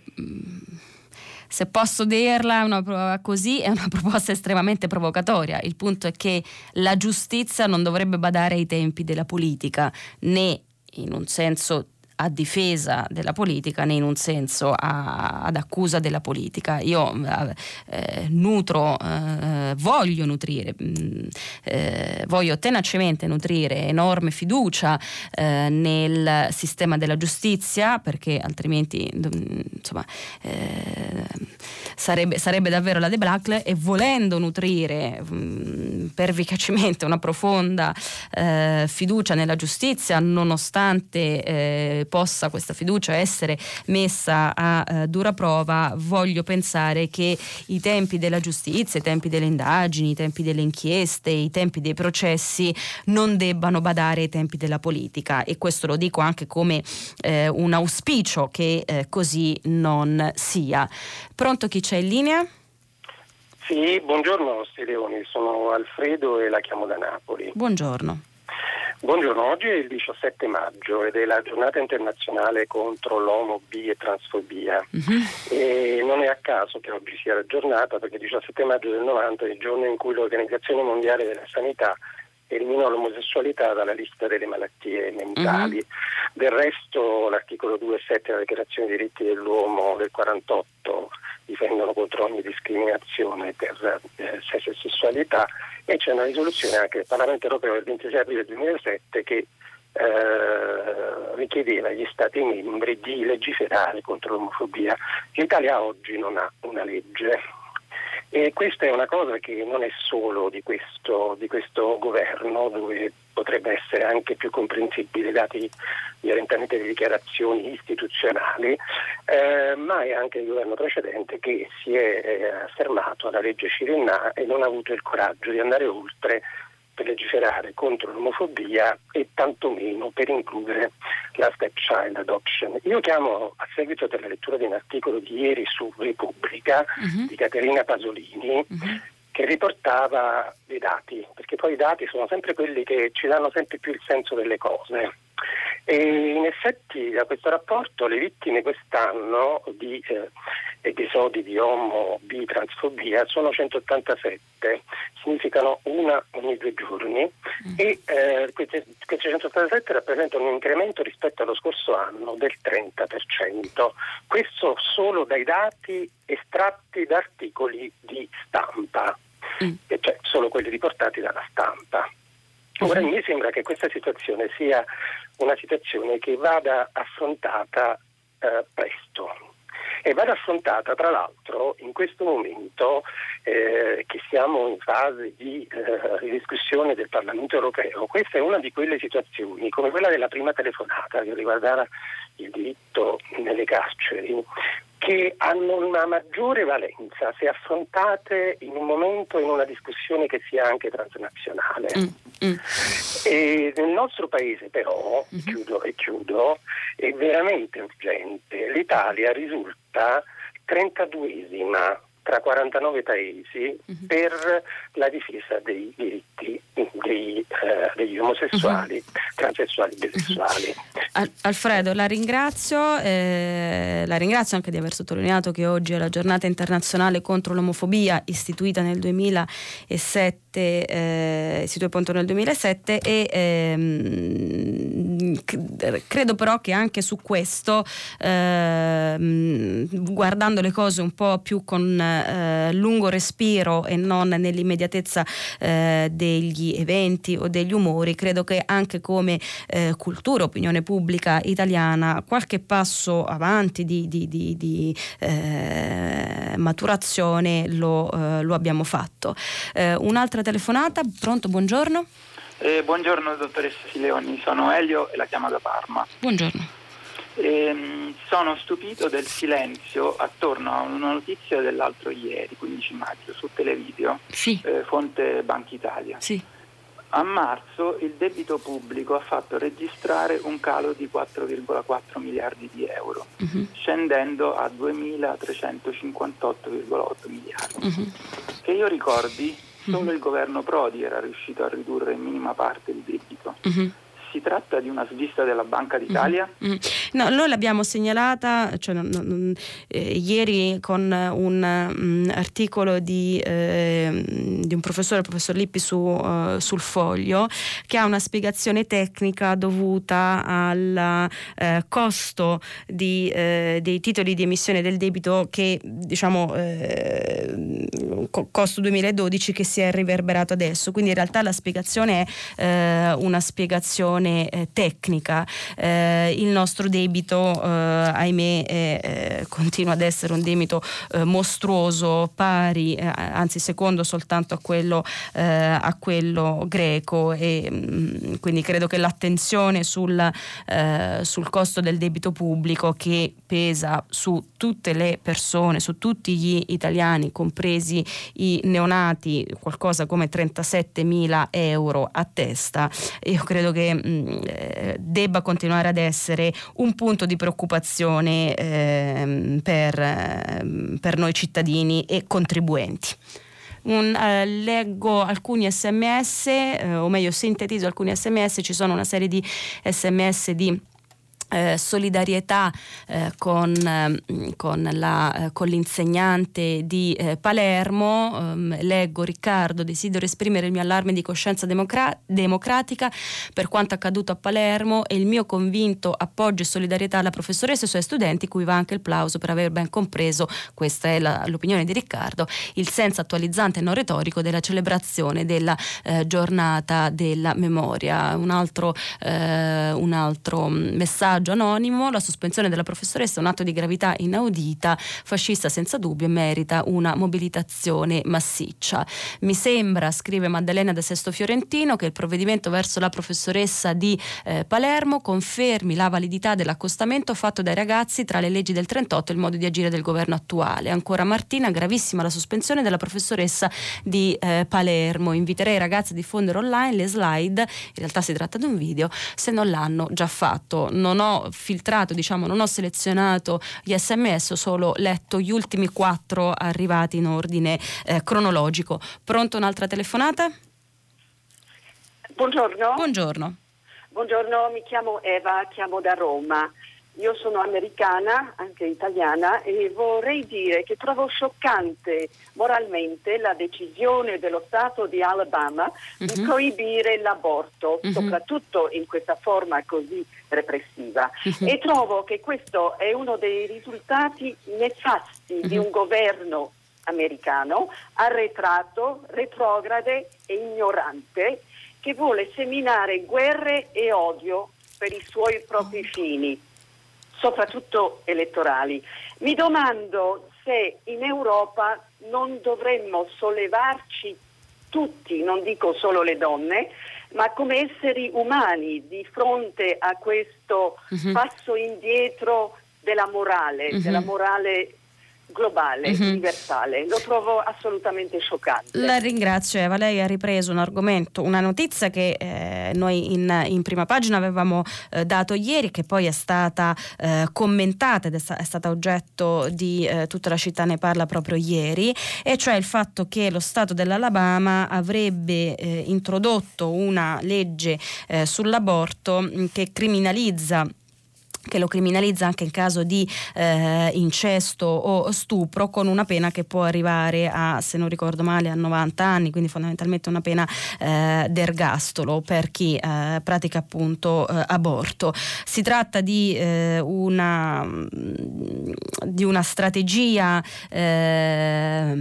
S2: se posso dirla una, così, è una proposta estremamente provocatoria. Il punto è che la giustizia non dovrebbe badare ai tempi della politica, né in un senso a difesa della politica, né in un senso a, ad accusa della politica. Io eh, nutro, eh, voglio nutrire, eh, voglio tenacemente nutrire enorme fiducia eh, nel sistema della giustizia, perché altrimenti insomma eh, sarebbe, sarebbe davvero la debacle, e volendo nutrire mh, pervicacemente una profonda eh, fiducia nella giustizia, nonostante eh, possa questa fiducia essere messa a uh, dura prova, voglio pensare che i tempi della giustizia, i tempi delle indagini, i tempi delle inchieste, i tempi dei processi non debbano badare ai tempi della politica, e questo lo dico anche come eh, un auspicio che eh, così non sia. Pronto, chi c'è in linea?
S7: Sì, buongiorno Leoni, sono Alfredo e la chiamo da Napoli.
S2: Buongiorno.
S7: Buongiorno, oggi è il diciassette maggio ed è la giornata internazionale contro l'omobi e transfobia. Uh-huh. E non è a caso che oggi sia la giornata, perché il diciassette maggio del novanta è il giorno in cui l'Organizzazione Mondiale della Sanità eliminò l'omosessualità dalla lista delle malattie mentali. Uh-huh. Del resto l'articolo due e sette della Dichiarazione dei diritti dell'uomo del quarantotto difendono contro ogni discriminazione per eh, sesso e sessualità, e c'è una risoluzione anche del Parlamento Europeo del ventisei aprile duemilasette che eh, richiedeva agli Stati membri di legiferare contro l'omofobia. L'Italia oggi non ha una legge. E questa è una cosa che non è solo di questo, di questo governo, dove potrebbe essere anche più comprensibile dati gli orientamenti delle dichiarazioni istituzionali, eh, ma è anche il governo precedente che si è eh, fermato alla legge Cirinnà e non ha avuto il coraggio di andare oltre per legiferare contro l'omofobia e tantomeno per includere la stepchild adoption. Io chiamo a seguito della lettura di un articolo di ieri su Repubblica uh-huh. di Caterina Pasolini uh-huh. che riportava dei dati, perché poi i dati sono sempre quelli che ci danno sempre più il senso delle cose. E in effetti da questo rapporto le vittime quest'anno di eh, episodi di omo, bi, transfobia sono centottantasette, significano una ogni due giorni mm. e eh, queste, queste centottantasette rappresentano un incremento rispetto allo scorso anno del trenta per cento. Questo solo dai dati estratti da articoli di stampa, mm. cioè solo quelli riportati dalla stampa. Ora mi sembra che questa situazione sia una situazione che vada affrontata eh, presto e vada affrontata tra l'altro in questo momento eh, che siamo in fase di eh, discussione del Parlamento europeo. Questa è una di quelle situazioni come quella della prima telefonata che riguardava il diritto nelle carceri, che hanno una maggiore valenza se affrontate in un momento, in una discussione che sia anche transnazionale. Mm, mm. E nel nostro paese però, mm-hmm. chiudo e chiudo, è veramente urgente. L'Italia risulta trentaduesima tra quarantanove paesi uh-huh. per la difesa dei diritti dei, eh, degli omosessuali, uh-huh. transessuali, bisessuali.
S2: Uh-huh. Alfredo, la ringrazio, eh, la ringrazio anche di aver sottolineato che oggi è la giornata internazionale contro l'omofobia, istituita nel duemilasette, eh, istituita appunto nel duemilasette, e ehm, credo però che anche su questo, ehm, guardando le cose un po' più con Eh, lungo respiro e non nell'immediatezza eh, degli eventi o degli umori, credo che anche come eh, cultura, opinione pubblica italiana, qualche passo avanti di, di, di, di eh, maturazione lo, eh, lo abbiamo fatto. Eh, un'altra telefonata, pronto, buongiorno.
S8: Eh, buongiorno dottoressa Sileoni, sono Elio e la chiamo da Parma.
S2: Buongiorno.
S8: Eh, sono stupito del silenzio attorno a una notizia dell'altro ieri, quindici maggio, su Televideo,
S2: sì.
S8: eh, fonte Banca Italia.
S2: Sì.
S8: A marzo il debito pubblico ha fatto registrare un calo di quattro virgola quattro miliardi di euro, uh-huh. scendendo a duemilatrecentocinquantotto virgola otto miliardi. Uh-huh. Che io ricordi, solo uh-huh. il governo Prodi era riuscito a ridurre in minima parte il debito. Uh-huh. Si tratta di una svista della Banca d'Italia?
S2: Mm-hmm. No, noi l'abbiamo segnalata, cioè, non, non, eh, ieri con un um, articolo di, eh, di un professore, il professor Lippi, su, uh, sul Foglio, che ha una spiegazione tecnica dovuta al eh, costo di, eh, dei titoli di emissione del debito che, diciamo, eh, costo duemiladodici, che si è riverberato adesso. Quindi in realtà la spiegazione è eh, una spiegazione Eh, tecnica. Eh, il nostro debito, eh, ahimè, eh, eh, continua ad essere un debito eh, mostruoso, pari, eh, anzi secondo soltanto a quello, eh, a quello greco, e mh, quindi credo che l'attenzione sul, eh, sul costo del debito pubblico, che pesa su tutte le persone, su tutti gli italiani, compresi i neonati, qualcosa come trentasettemila euro a testa, io credo che mh, debba continuare ad essere un punto di preoccupazione eh, per, eh, per noi cittadini e contribuenti. Un, eh, leggo alcuni sms, eh, o meglio sintetizzo alcuni sms. Ci sono una serie di sms di Eh, solidarietà eh, con, eh, con, la, eh, con l'insegnante di eh, Palermo. Um, leggo: Riccardo, desidero esprimere il mio allarme di coscienza democra- democratica per quanto accaduto a Palermo e il mio convinto appoggio e solidarietà alla professoressa e ai suoi studenti, cui va anche il plauso per aver ben compreso, questa è la, l'opinione di Riccardo, il senso attualizzante e non retorico della celebrazione della eh, giornata della memoria. Un altro, eh, un altro messaggio anonimo: la sospensione della professoressa è un atto di gravità inaudita, fascista senza dubbio, e merita una mobilitazione massiccia. Mi sembra, scrive Maddalena da Sesto Fiorentino, che il provvedimento verso la professoressa di eh, Palermo confermi la validità dell'accostamento fatto dai ragazzi tra le leggi del trentotto e il modo di agire del governo attuale. Ancora Martina: gravissima la sospensione della professoressa di eh, Palermo, inviterei i ragazzi a diffondere online le slide, in realtà si tratta di un video, se non l'hanno già fatto. Non ho filtrato, diciamo, non ho selezionato gli sms, ho solo letto gli ultimi quattro arrivati in ordine eh, cronologico. Pronto, un'altra telefonata?
S9: Buongiorno.
S2: Buongiorno.
S9: Buongiorno, mi chiamo Eva, chiamo da Roma. Io sono americana, anche italiana, e vorrei dire che trovo scioccante moralmente la decisione dello Stato di Alabama uh-huh. di proibire l'aborto, uh-huh. soprattutto in questa forma così repressiva. Uh-huh. E trovo che questo è uno dei risultati nefasti uh-huh. di un governo americano arretrato, retrograde e ignorante, che vuole seminare guerre e odio per i suoi propri fini, soprattutto elettorali. Mi domando se in Europa non dovremmo sollevarci tutti, non dico solo le donne, ma come esseri umani di fronte a questo uh-huh. passo indietro della morale, uh-huh. della morale globale, uh-huh. universale. Lo trovo assolutamente scioccante.
S2: La ringrazio Eva, lei ha ripreso un argomento, una notizia che eh, noi in, in prima pagina avevamo eh, dato ieri, che poi è stata eh, commentata ed è, sta- è stata oggetto di eh, Tutta la città ne parla proprio ieri, e cioè il fatto che lo Stato dell'Alabama avrebbe eh, introdotto una legge eh, sull'aborto che criminalizza che lo criminalizza anche in caso di eh, incesto o stupro, con una pena che può arrivare a, se non ricordo male, a novanta anni, quindi fondamentalmente una pena eh, d'ergastolo per chi eh, pratica appunto eh, aborto. Si tratta di eh, una di una strategia eh,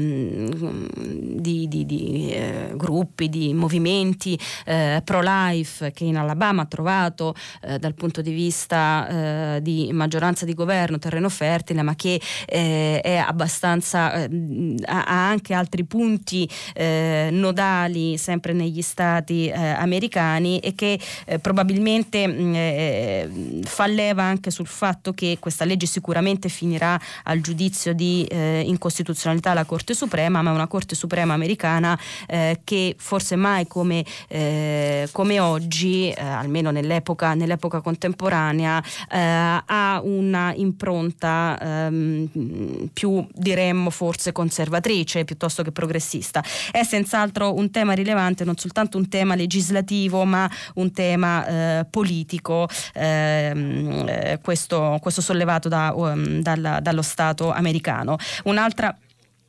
S2: di, di, di eh, gruppi, di movimenti eh, pro-life che in Alabama ha trovato eh, dal punto di vista Eh, di maggioranza di governo terreno fertile, ma che eh, è abbastanza eh, ha, ha anche altri punti eh, nodali sempre negli stati eh, americani, e che eh, probabilmente eh, fa leva anche sul fatto che questa legge sicuramente finirà al giudizio di eh, incostituzionalità alla Corte Suprema, ma è una Corte Suprema americana eh, che forse mai come, eh, come oggi, eh, almeno nell'epoca, nell'epoca contemporanea, Eh, ha una impronta ehm, più, diremmo, forse conservatrice piuttosto che progressista. È senz'altro un tema rilevante, non soltanto un tema legislativo, ma un tema eh, politico, ehm, eh, questo, questo sollevato da, um, dalla, dallo Stato americano. Un'altra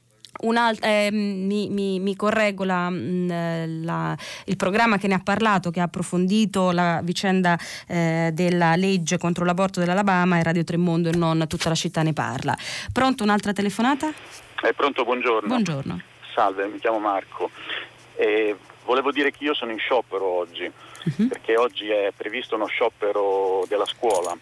S2: Eh, mi, mi, mi correggo la, la, il programma che ne ha parlato, che ha approfondito la vicenda eh, della legge contro l'aborto dell'Alabama, è Radio Tremondo e non Tutta la città ne parla. Pronto, un'altra telefonata?
S10: È pronto, buongiorno.
S2: Buongiorno.
S10: Salve, mi chiamo Marco. Eh, volevo dire che io sono in sciopero oggi, uh-huh. perché oggi è previsto uno sciopero della scuola.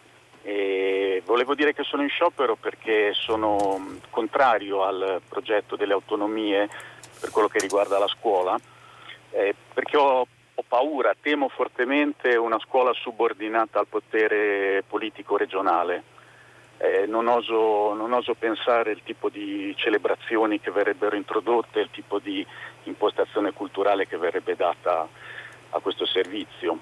S10: E volevo dire che sono in sciopero perché sono contrario al progetto delle autonomie per quello che riguarda la scuola, eh, perché ho, ho paura, temo fortemente una scuola subordinata al potere politico regionale. Eh, non oso, non oso pensare il tipo di celebrazioni che verrebbero introdotte, il tipo di impostazione culturale che verrebbe data a questo servizio.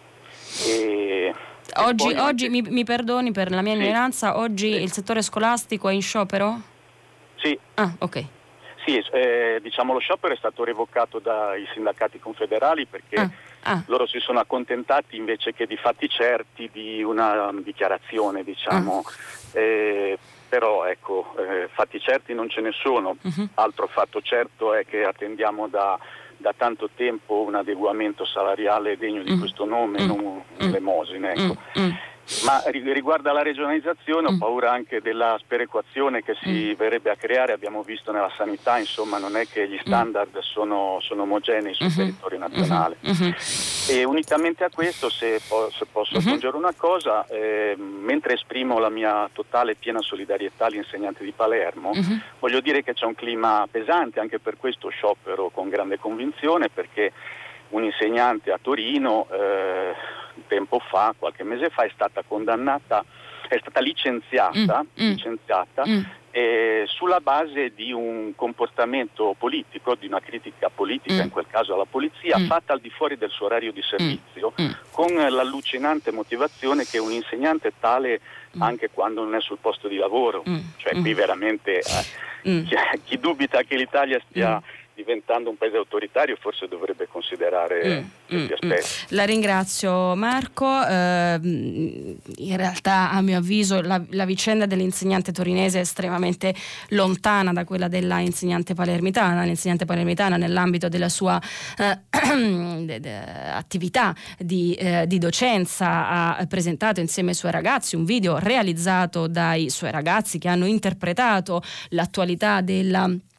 S10: E
S2: Oggi,
S10: poi,
S2: oggi mi, mi perdoni per la mia sì, ignoranza, oggi sì. il settore scolastico è in sciopero?
S10: Sì.
S2: Ah, ok.
S10: Sì, eh, diciamo lo sciopero è stato revocato dai sindacati confederali perché
S2: ah, ah.
S10: loro si sono accontentati invece che di fatti certi di una dichiarazione, diciamo. Ah. Eh, però ecco, eh, fatti certi non ce ne sono. Uh-huh. Altro fatto certo è che attendiamo da da tanto tempo un adeguamento salariale degno di mm. questo nome, mm. non un'elemosina, ecco. Mm. Ma riguardo la regionalizzazione ho paura anche della sperequazione che si mm. verrebbe a creare. Abbiamo visto nella sanità, insomma, non è che gli standard sono, sono omogenei sul mm-hmm. territorio nazionale. Mm-hmm. E unitamente a questo, se, po- se posso mm-hmm. aggiungere una cosa, eh, mentre esprimo la mia totale e piena solidarietà agli insegnanti di Palermo, mm-hmm. voglio dire che c'è un clima pesante anche per questo sciopero con grande convinzione, perché un insegnante a Torino eh, tempo fa, qualche mese fa, è stata condannata, è stata licenziata, mm, licenziata mm. Eh, sulla base di un comportamento politico, di una critica politica, mm. in quel caso alla polizia, mm. fatta al di fuori del suo orario di servizio, mm. con l'allucinante motivazione che un insegnante è tale mm. anche quando non è sul posto di lavoro. Mm. Cioè qui veramente eh, mm. chi, chi dubita che l'Italia stia mm. diventando un paese autoritario forse dovrebbe considerare mm, questi mm, aspetti.
S2: Mm. La ringrazio Marco, eh, in realtà a mio avviso la, la vicenda dell'insegnante torinese è estremamente lontana da quella della insegnante palermitana. L'insegnante palermitana nell'ambito della sua eh, de, de, attività di, eh, di docenza ha presentato insieme ai suoi ragazzi un video realizzato dai suoi ragazzi che hanno interpretato l'attualità della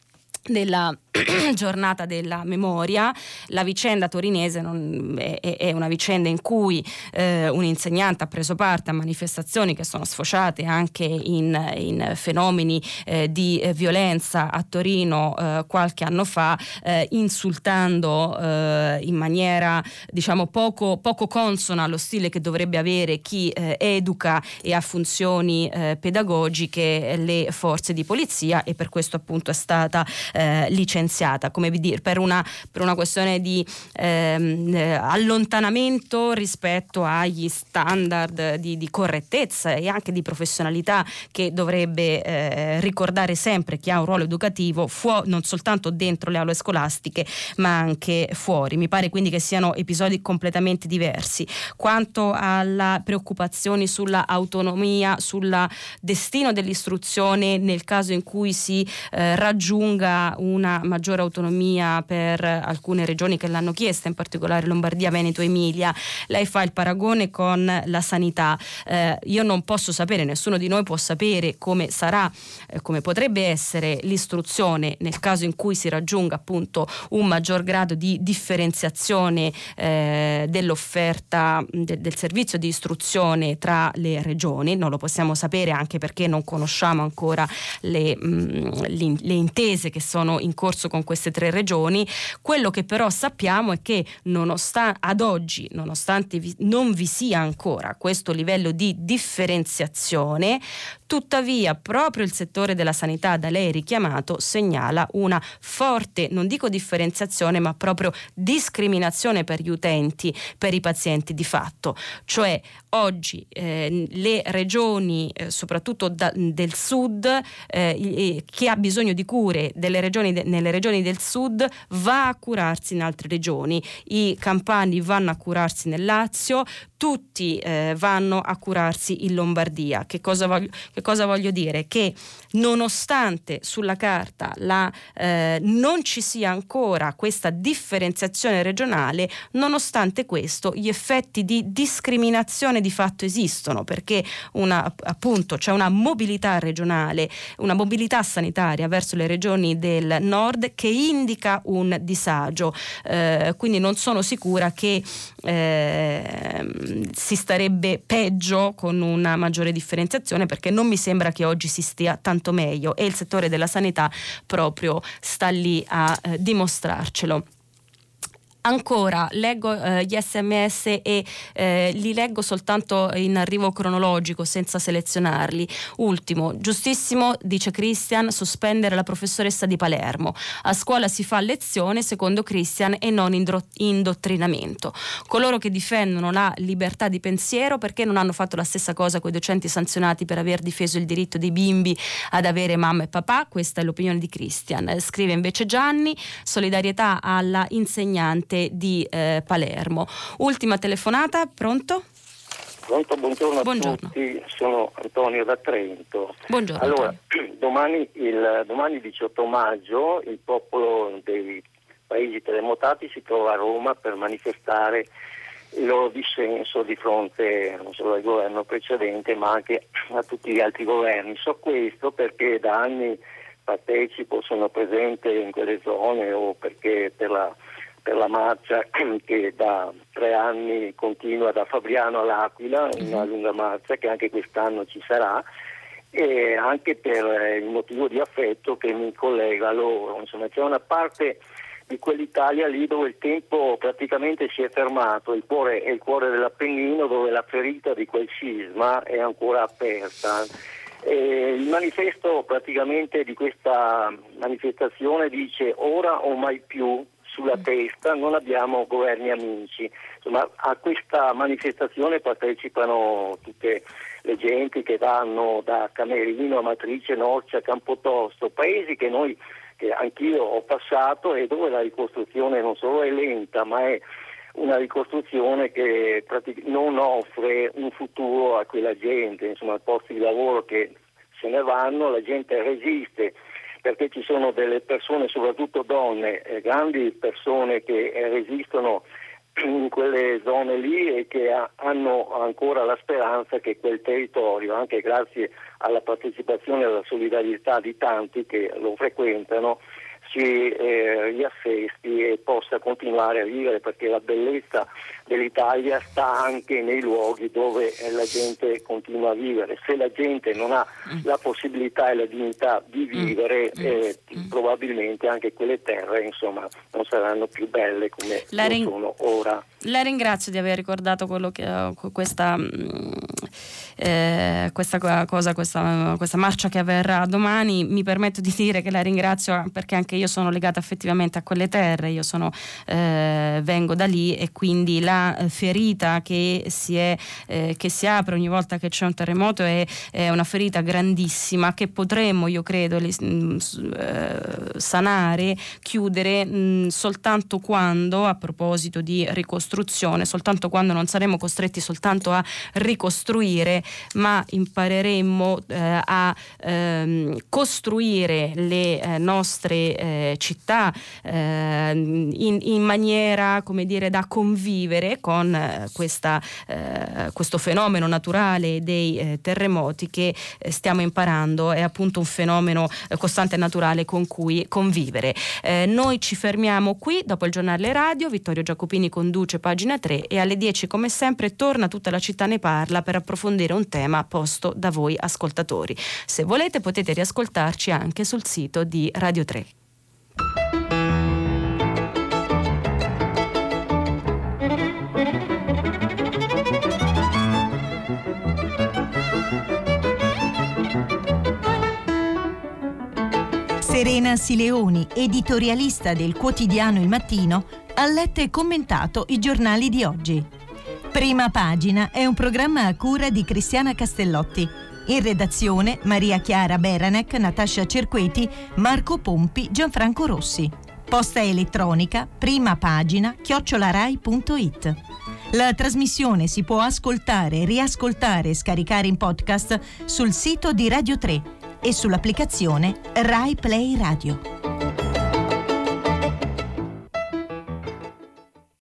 S2: della giornata della memoria. La vicenda torinese non, è, è una vicenda in cui eh, un insegnante ha preso parte a manifestazioni che sono sfociate anche in, in fenomeni eh, di eh, violenza a Torino eh, qualche anno fa, eh, insultando eh, in maniera diciamo poco, poco consona allo stile che dovrebbe avere chi eh, educa e ha funzioni eh, pedagogiche le forze di polizia, e per questo appunto è stata eh, licenziata, come vi dire, per una, per una questione di ehm, eh, allontanamento rispetto agli standard di, di correttezza e anche di professionalità che dovrebbe eh, ricordare sempre chi ha un ruolo educativo, fu- non soltanto dentro le aule scolastiche ma anche fuori. Mi pare quindi che siano episodi completamente diversi. Quanto alla preoccupazioni sulla autonomia, sul destino dell'istruzione nel caso in cui si eh, raggiunga una maggiore autonomia per alcune regioni che l'hanno chiesta, in particolare Lombardia, Veneto, Emilia, lei fa il paragone con la sanità. Eh, io non posso sapere, nessuno di noi può sapere come sarà, eh, come potrebbe essere l'istruzione nel caso in cui si raggiunga appunto un maggior grado di differenziazione eh, dell'offerta de, del servizio di istruzione tra le regioni. Non lo possiamo sapere, anche perché non conosciamo ancora le, mh, le intese che sono in corso con queste tre regioni. Quello che però sappiamo è che nonostante ad oggi, nonostante vi, non vi sia ancora questo livello di differenziazione, tuttavia proprio il settore della sanità da lei richiamato segnala una forte, non dico differenziazione, ma proprio discriminazione per gli utenti, per i pazienti di fatto. Cioè oggi eh, le regioni, eh, soprattutto da, del sud, eh, chi ha bisogno di cure delle regioni de, nelle regioni del sud va a curarsi in altre regioni. I campani vanno a curarsi nel Lazio, tutti eh, vanno a curarsi in Lombardia. Che cosa voglio, che cosa voglio dire? Che nonostante sulla carta la, eh, non ci sia ancora questa differenziazione regionale, nonostante questo gli effetti di discriminazione di fatto esistono, perché una, appunto c'è una mobilità regionale, una mobilità sanitaria verso le regioni del nord che indica un disagio. Eh, quindi non sono sicura che eh, si starebbe peggio con una maggiore differenziazione, perché non mi sembra che oggi si stia tanto meglio, e il settore della sanità proprio sta lì a eh, dimostrarcelo. Ancora leggo eh, gli sms e eh, li leggo soltanto in arrivo cronologico, senza selezionarli. Ultimo, giustissimo, dice Christian, sospendere la professoressa di Palermo. A scuola si fa lezione secondo Christian e non indro- indottrinamento. Coloro che difendono la libertà di pensiero, perché non hanno fatto la stessa cosa con i docenti sanzionati per aver difeso il diritto dei bimbi ad avere mamma e papà? Questa è l'opinione di Christian. Scrive invece Gianni, solidarietà alla insegnante di eh, Palermo. Ultima telefonata, pronto?
S11: Pronto, buongiorno,
S2: buongiorno
S11: a tutti, sono Antonio da Trento.
S2: Buongiorno.
S11: Allora, domani, il, domani diciotto maggio il popolo dei paesi terremotati si trova a Roma per manifestare il loro dissenso di fronte non solo al governo precedente ma anche a tutti gli altri governi. So questo perché da anni partecipo, sono presente in quelle zone, o perché per la per la marcia che da tre anni continua da Fabriano all'Aquila, una lunga marcia che anche quest'anno ci sarà, e anche per il motivo di affetto che mi collega a loro. Insomma, c'è una parte di quell'Italia lì dove il tempo praticamente si è fermato, il cuore è il cuore dell'Appennino, dove la ferita di quel sisma è ancora aperta. E il manifesto praticamente di questa manifestazione dice: ora o mai più, sulla testa non abbiamo governi amici. Insomma, a questa manifestazione partecipano tutte le genti che vanno da Camerino, Amatrice, Norcia, Campotosto, paesi che noi, che anch'io ho passato, e dove la ricostruzione non solo è lenta ma è una ricostruzione che pratic- non offre un futuro a quella gente. Insomma, posti di lavoro che se ne vanno, la gente resiste, perché ci sono delle persone, soprattutto donne, eh, grandi persone che eh, resistono in quelle zone lì e che ha, hanno ancora la speranza che quel territorio, anche grazie alla partecipazione e alla solidarietà di tanti che lo frequentano, si eh, riassesti e possa continuare a vivere, perché la bellezza dell'Italia sta anche nei luoghi dove la gente continua a vivere. Se la gente non ha la possibilità e la dignità di vivere, eh, probabilmente anche quelle terre, insomma, non saranno più belle come
S2: la ring-
S11: sono ora.
S2: La ringrazio di aver ricordato quello che questa, eh, questa cosa, questa, questa marcia che avverrà domani. Mi permetto di dire che la ringrazio perché anche io sono legata effettivamente a quelle terre, io sono, eh, vengo da lì, e quindi la ferita che si, è, eh, che si apre ogni volta che c'è un terremoto è, è una ferita grandissima che potremmo, io credo, li, eh, sanare, chiudere mh, soltanto quando, a proposito di ricostruzione, soltanto quando non saremo costretti soltanto a ricostruire, ma impareremo eh, a ehm, costruire le eh, nostre eh, città eh, in, in maniera, come dire, da convivere con eh, questa, eh, questo fenomeno naturale dei eh, terremoti che eh, stiamo imparando. È appunto un fenomeno eh, costante e naturale con cui convivere. Eh, noi ci fermiamo qui dopo il giornale radio. Vittorio Giacopini conduce Pagina tre e alle dieci come sempre torna Tutta la città ne parla per approfondire un tema posto da voi ascoltatori. Se volete potete riascoltarci anche sul sito di Radio tre.
S1: Serena Sileoni, editorialista del quotidiano Il Mattino, ha letto e commentato i giornali di oggi. Prima Pagina è un programma a cura di Cristiana Castellotti. In redazione Maria Chiara Beranec, Natascia Cerqueti, Marco Pompi, Gianfranco Rossi. Posta elettronica primapagina chiocciolarai punto it. La trasmissione si può ascoltare, riascoltare e scaricare in podcast sul sito di Radio tre e sull'applicazione Rai Play Radio.